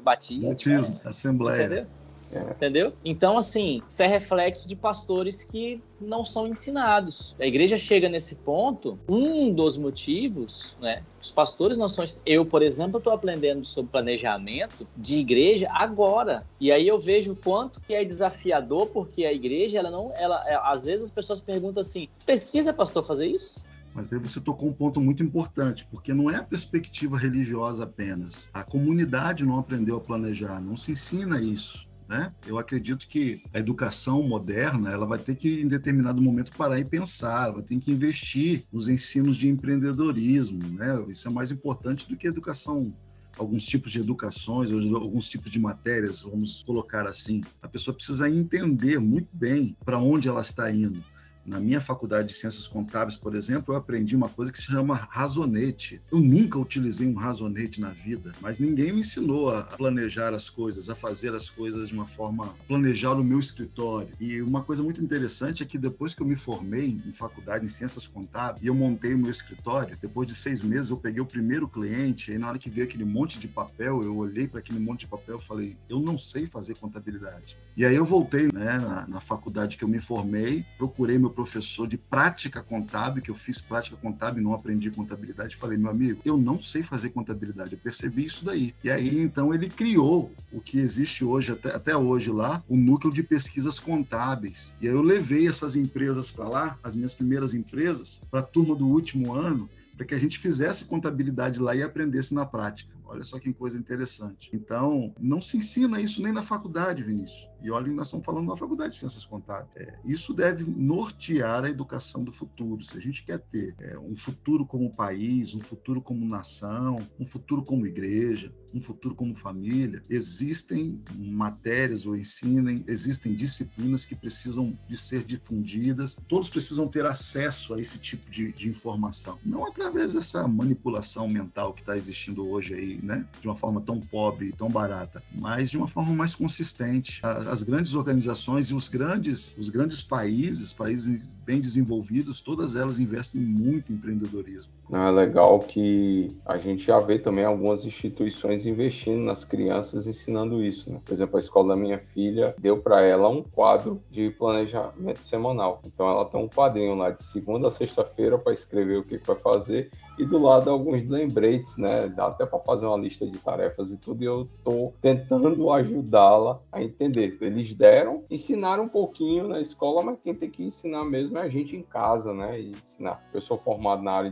Batismo, assembleia. Entendeu? Entendeu? Então, assim, isso é reflexo de pastores que não são ensinados. A igreja chega nesse ponto, um dos motivos, né? Os pastores não são... Eu, por exemplo, estou aprendendo sobre planejamento de igreja agora. E aí eu vejo o quanto que é desafiador, porque a igreja, às vezes as pessoas perguntam assim, precisa pastor fazer isso? Mas aí você tocou um ponto muito importante, porque não é a perspectiva religiosa apenas. A comunidade não aprendeu a planejar, não se ensina isso. Né? Eu acredito que a educação moderna ela vai ter que, em determinado momento, parar e pensar, vai ter que investir nos ensinos de empreendedorismo. Né? Isso é mais importante do que a educação, alguns tipos de educações, ou alguns tipos de matérias, vamos colocar assim. A pessoa precisa entender muito bem para onde ela está indo. Na minha faculdade de Ciências Contábeis, por exemplo, eu aprendi uma coisa que se chama razonete. Eu nunca utilizei um razonete na vida, mas ninguém me ensinou a planejar as coisas, a fazer as coisas de uma forma... planejar o meu escritório. E uma coisa muito interessante é que depois que eu me formei em faculdade em Ciências Contábeis e eu montei o meu escritório, depois de 6 meses eu peguei o primeiro cliente, e na hora que veio aquele monte de papel, eu olhei para aquele monte de papel e falei, eu não sei fazer contabilidade. E aí eu voltei, né, na faculdade que eu me formei, procurei meu professor de prática contábil, que eu fiz prática contábil e não aprendi contabilidade, falei, meu amigo, eu não sei fazer contabilidade, eu percebi isso daí. E aí, então, ele criou o que existe hoje, até hoje lá, o núcleo de pesquisas contábeis. E aí eu levei essas empresas para lá, as minhas primeiras empresas, para a turma do último ano, para que a gente fizesse contabilidade lá e aprendesse na prática. Olha só que coisa interessante. Então, não se ensina isso nem na faculdade, Vinícius. E olha, nós estamos falando na Faculdade de Ciências Contábeis. Isso deve nortear a educação do futuro. Se a gente quer ter um futuro como país, um futuro como nação, um futuro como igreja, um futuro como família, existem matérias ou existem disciplinas que precisam de ser difundidas. Todos precisam ter acesso a esse tipo de informação. Não através dessa manipulação mental que está existindo hoje aí, né? De uma forma tão pobre e tão barata, mas de uma forma mais consistente. As grandes organizações e os grandes países bem desenvolvidos, todas elas investem muito em empreendedorismo. É legal que a gente já vê também algumas instituições investindo nas crianças, ensinando isso, né? Por exemplo, a escola da minha filha deu para ela um quadro de planejamento semanal. Então ela tem um quadrinho lá de segunda a sexta-feira para escrever o que vai fazer e do lado alguns lembretes, né? Dá até para fazer uma lista de tarefas e tudo, e eu estou tentando ajudá-la a entender. Eles ensinaram um pouquinho na escola, mas quem tem que ensinar mesmo é a gente em casa, né? E ensinar. Eu sou formado na área de gestão,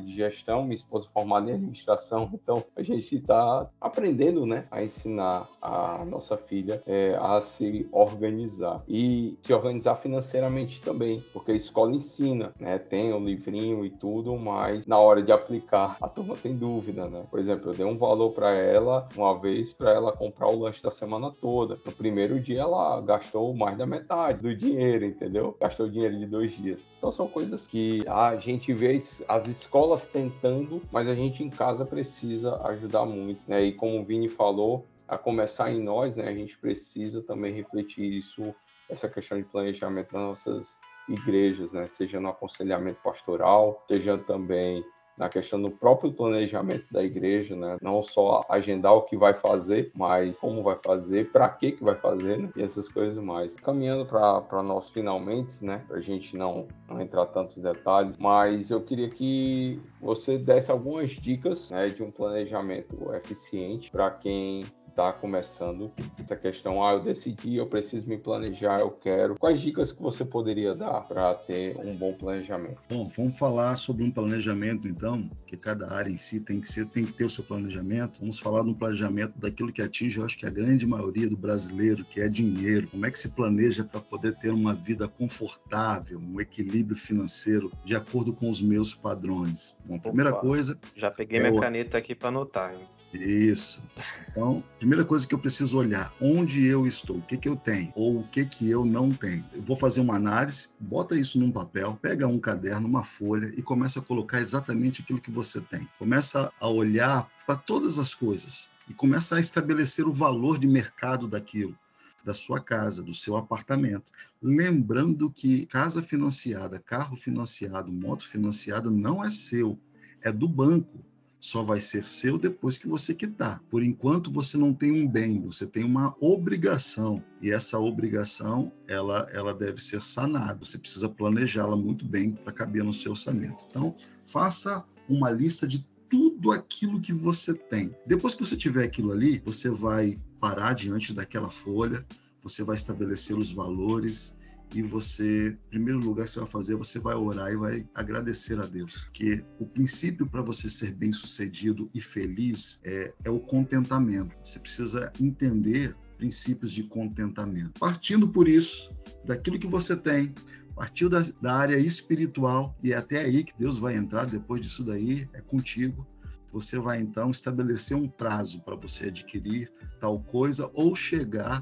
gestão, minha esposa formada em administração, então a gente está aprendendo, né, a ensinar a nossa filha a se organizar e se organizar financeiramente também, porque a escola ensina, né, tem o livrinho e tudo, mas na hora de aplicar a turma tem dúvida, né? Por exemplo, eu dei um valor para ela uma vez para ela comprar o lanche da semana toda. No primeiro dia ela gastou mais da metade do dinheiro, entendeu? Gastou o dinheiro de 2 dias. Então são coisas que a gente vê as escolas tentando, mas a gente em casa precisa ajudar muito, né? E como o Vini falou, a começar em nós, né? A gente precisa também refletir isso, essa questão de planejamento nas nossas igrejas, né? Seja no aconselhamento pastoral, seja também na questão do próprio planejamento da igreja, né? Não só agendar o que vai fazer, mas como vai fazer, para que vai fazer, né? E essas coisas mais. Caminhando para nós finalmente, né? Para a gente não entrar tantos detalhes, mas eu queria que você desse algumas dicas, né, de um planejamento eficiente para quem está começando essa questão. Eu decidi, eu preciso me planejar, eu quero. Quais dicas que você poderia dar para ter um bom planejamento? Bom, vamos falar sobre um planejamento, então, que cada área em si tem que ter o seu planejamento. Vamos falar de um planejamento daquilo que atinge, eu acho que a grande maioria do brasileiro, que é dinheiro. Como é que se planeja para poder ter uma vida confortável, um equilíbrio financeiro de acordo com os meus padrões? Bom, primeira coisa... Já peguei minha caneta aqui para anotar, hein? Isso. Então, primeira coisa que eu preciso olhar, onde eu estou, o que eu tenho, ou o que eu não tenho. Eu vou fazer uma análise, bota isso num papel, pega um caderno, uma folha e começa a colocar exatamente aquilo que você tem. Começa a olhar para todas as coisas e começa a estabelecer o valor de mercado daquilo, da sua casa, do seu apartamento. Lembrando que casa financiada, carro financiado, moto financiada não é seu, é do banco. Só vai ser seu depois que você quitar. Por enquanto, você não tem um bem, você tem uma obrigação. E essa obrigação, ela deve ser sanada. Você precisa planejá-la muito bem para caber no seu orçamento. Então, faça uma lista de tudo aquilo que você tem. Depois que você tiver aquilo ali, você vai parar diante daquela folha, você vai estabelecer os valores e você, em primeiro lugar, que você vai fazer, você vai orar e vai agradecer a Deus. Porque o princípio para você ser bem-sucedido e feliz é o contentamento. Você precisa entender princípios de contentamento. Partindo por isso, daquilo que você tem, partiu da área espiritual, e é até aí que Deus vai entrar, depois disso daí, é contigo. Você vai, então, estabelecer um prazo para você adquirir tal coisa ou chegar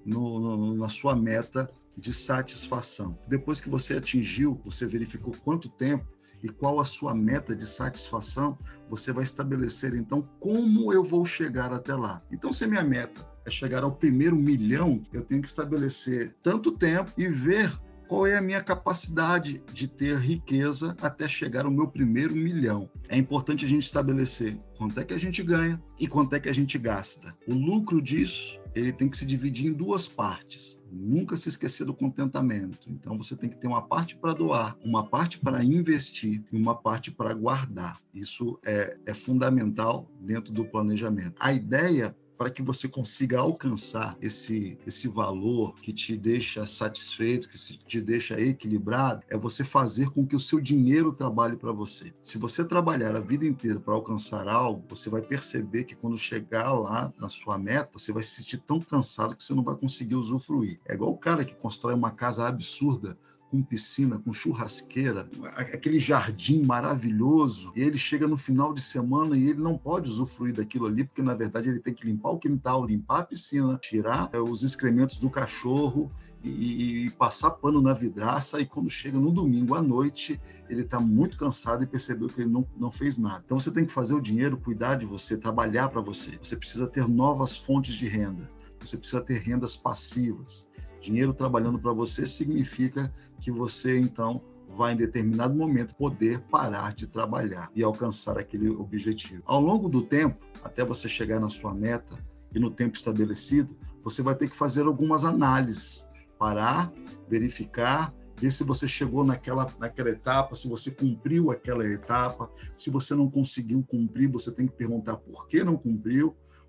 na sua meta de satisfação. Depois que você atingiu, você verificou quanto tempo e qual a sua meta de satisfação, você vai estabelecer, então, como eu vou chegar até lá. Então, se a minha meta é chegar ao primeiro 1 milhão, eu tenho que estabelecer tanto tempo e ver qual é a minha capacidade de ter riqueza até chegar ao meu primeiro 1 milhão. É importante a gente estabelecer quanto é que a gente ganha e quanto é que a gente gasta. O lucro disso, ele tem que se dividir em 2 partes. Nunca se esquecer do contentamento. Então, você tem que ter uma parte para doar, uma parte para investir e uma parte para guardar. Isso é fundamental dentro do planejamento. A ideia, para que você consiga alcançar esse valor que te deixa satisfeito, que te deixa equilibrado, é você fazer com que o seu dinheiro trabalhe para você. Se você trabalhar a vida inteira para alcançar algo, você vai perceber que quando chegar lá na sua meta, você vai se sentir tão cansado que você não vai conseguir usufruir. É igual o cara que constrói uma casa absurda, com piscina, com churrasqueira, aquele jardim maravilhoso, e ele chega no final de semana e ele não pode usufruir daquilo ali, porque na verdade ele tem que limpar o quintal, limpar a piscina, tirar os excrementos do cachorro e passar pano na vidraça, e quando chega no domingo à noite, ele está muito cansado e percebeu que ele não fez nada. Então você tem que fazer o dinheiro cuidar de você, trabalhar para você. Você precisa ter novas fontes de renda, você precisa ter rendas passivas. Dinheiro trabalhando para você significa que você, então, vai em determinado momento poder parar de trabalhar e alcançar aquele objetivo. Ao longo do tempo, até você chegar na sua meta e no tempo estabelecido, você vai ter que fazer algumas análises, parar, verificar, ver se você chegou naquela etapa, se você cumpriu aquela etapa. Se você não conseguiu cumprir, você tem que perguntar por que não cumpriu.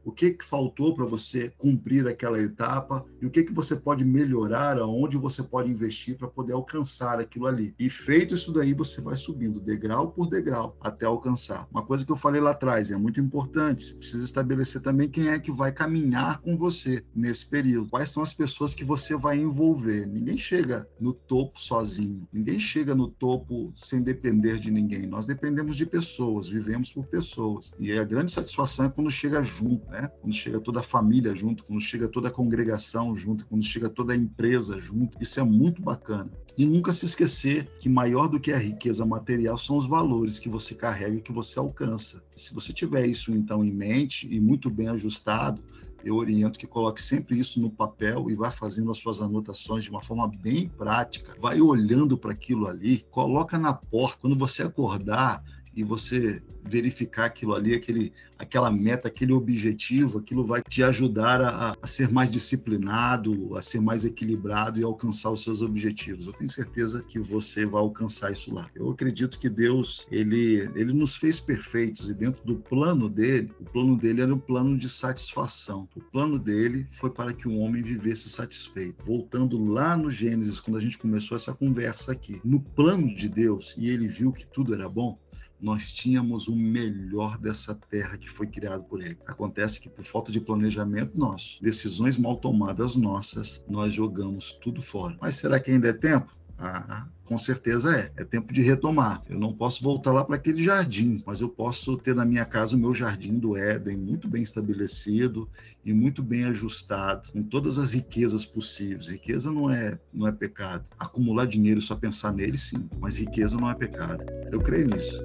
o que faltou para você cumprir aquela etapa e o que você pode melhorar, aonde você pode investir para poder alcançar aquilo ali. E feito isso daí, você vai subindo degrau por degrau até alcançar. Uma coisa que eu falei lá atrás, é muito importante, você precisa estabelecer também quem é que vai caminhar com você nesse período. Quais são as pessoas que você vai envolver. Ninguém chega no topo sozinho, ninguém chega no topo sem depender de ninguém. Nós dependemos de pessoas, vivemos por pessoas. E a grande satisfação é quando chega junto, né? Quando chega toda a família junto, quando chega toda a congregação junto, quando chega toda a empresa junto. Isso é muito bacana. E nunca se esquecer que maior do que a riqueza material são os valores que você carrega e que você alcança. Se você tiver isso então em mente e muito bem ajustado, eu oriento que coloque sempre isso no papel e vá fazendo as suas anotações de uma forma bem prática. Vai olhando para aquilo ali, coloca na porta. Quando você acordar e você verificar aquilo ali, aquela meta, aquele objetivo, aquilo vai te ajudar a ser mais disciplinado, a ser mais equilibrado e alcançar os seus objetivos. Eu tenho certeza que você vai alcançar isso lá. Eu acredito que Deus, ele nos fez perfeitos e dentro do plano dele, o plano dele era um plano de satisfação. O plano dele foi para que o homem vivesse satisfeito. Voltando lá no Gênesis, quando a gente começou essa conversa aqui, no plano de Deus, e ele viu que tudo era bom, nós tínhamos o melhor dessa terra que foi criado por ele. Acontece que por falta de planejamento nosso, decisões mal tomadas nossas, nós jogamos tudo fora. Mas será que ainda é tempo? Com certeza é. É tempo de retomar. Eu não posso voltar lá para aquele jardim, mas eu posso ter na minha casa o meu jardim do Éden, muito bem estabelecido e muito bem ajustado, com todas as riquezas possíveis. Riqueza não é pecado. Acumular dinheiro e só pensar nele, sim, mas riqueza não é pecado. Eu creio nisso.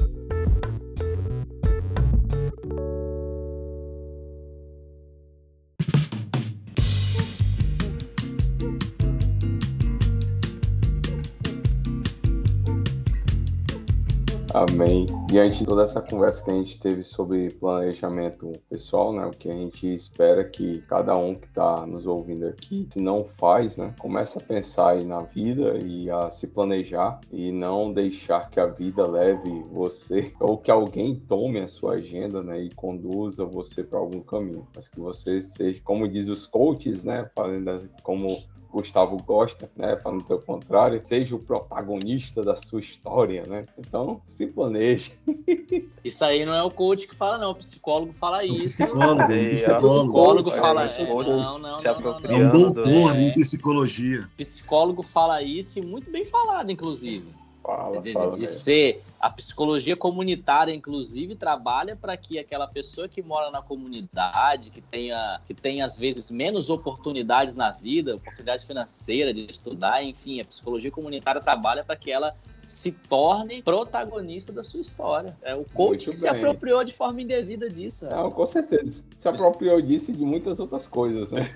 Amém. Diante de toda essa conversa que a gente teve sobre planejamento pessoal, né? O que a gente espera que cada um que está nos ouvindo aqui, se não faz, né? Comece a pensar aí na vida e a se planejar e não deixar que a vida leve você ou que alguém tome a sua agenda, né? E conduza você para algum caminho. Mas que você seja, como diz os coaches, né? Falando como Gustavo gosta, né? Para não dizer o contrário, seja o protagonista da sua história, né? Então, se planeje. Isso aí não é o coach que fala, não. O psicólogo fala isso. O psicólogo fala isso. Não. É um doutor em psicologia. Psicólogo fala isso e muito bem falado, inclusive. Fala de ser a psicologia comunitária, inclusive, trabalha para que aquela pessoa que mora na comunidade, que tem às vezes menos oportunidades na vida, oportunidades financeiras de estudar, enfim, a psicologia comunitária trabalha para que ela se torne protagonista da sua história. É o coach que se apropriou de forma indevida disso. Não, com certeza. Se apropriou disso e de muitas outras coisas, né?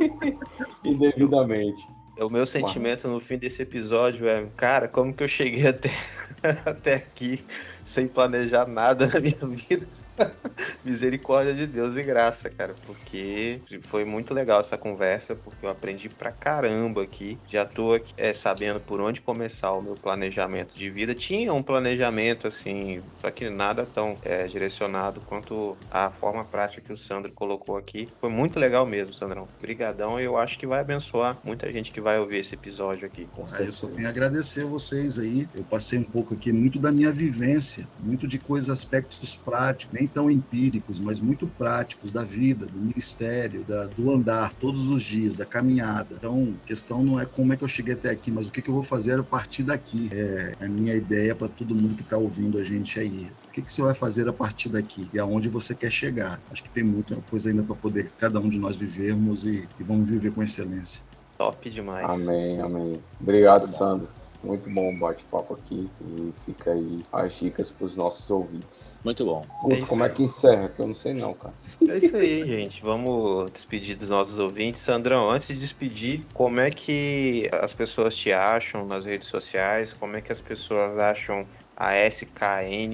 Indevidamente. O meu sentimento no fim desse episódio é, cara, como que eu cheguei até aqui sem planejar nada na minha vida? Misericórdia de Deus e graça, cara, porque foi muito legal essa conversa, porque eu aprendi pra caramba aqui. Já tô aqui, sabendo por onde começar o meu planejamento de vida. Tinha um planejamento, assim, só que nada tão direcionado quanto a forma prática que o Sandro colocou aqui. Foi muito legal mesmo, Sandrão. Obrigadão, e eu acho que vai abençoar muita gente que vai ouvir esse episódio aqui. Eu só tenho a agradecer a vocês aí. Eu passei um pouco aqui muito da minha vivência, muito de coisas, aspectos práticos, nem tão empíricos, mas muito práticos da vida, do ministério, do andar todos os dias, da caminhada. Então, a questão não é como é que eu cheguei até aqui, mas o que eu vou fazer a partir daqui. É a minha ideia para todo mundo que está ouvindo a gente aí. O que você vai fazer a partir daqui? E aonde você quer chegar? Acho que tem muita coisa ainda para poder cada um de nós vivermos e vamos viver com excelência. Top demais. Amém. Obrigado, Sandro. Muito bom o bate-papo aqui e fica aí as dicas para os nossos ouvintes. Muito bom. Como é que encerra? Que eu não sei não, cara. É isso aí, gente. Vamos despedir dos nossos ouvintes. Sandrão, antes de despedir, como é que as pessoas te acham nas redes sociais? Como é que as pessoas acham a SKN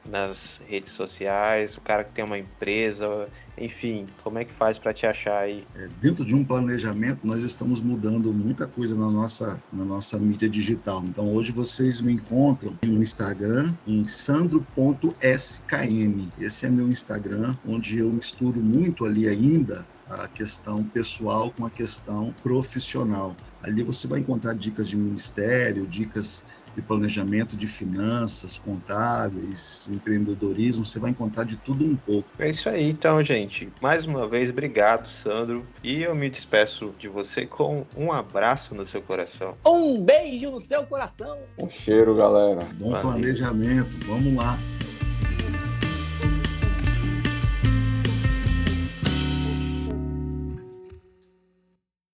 nas redes sociais, o cara que tem uma empresa, enfim, como é que faz para te achar aí? Dentro de um planejamento, nós estamos mudando muita coisa na nossa mídia digital. Então, hoje vocês me encontram no Instagram, em sandro.skm. Esse é meu Instagram, onde eu misturo muito ali ainda a questão pessoal com a questão profissional. Ali você vai encontrar dicas de ministério, dicas de planejamento de finanças, contábeis, empreendedorismo, você vai encontrar de tudo um pouco. É isso aí, então, gente. Mais uma vez, obrigado, Sandro. E eu me despeço de você com um abraço no seu coração. Um beijo no seu coração. Um cheiro, galera. Bom planejamento, vamos lá.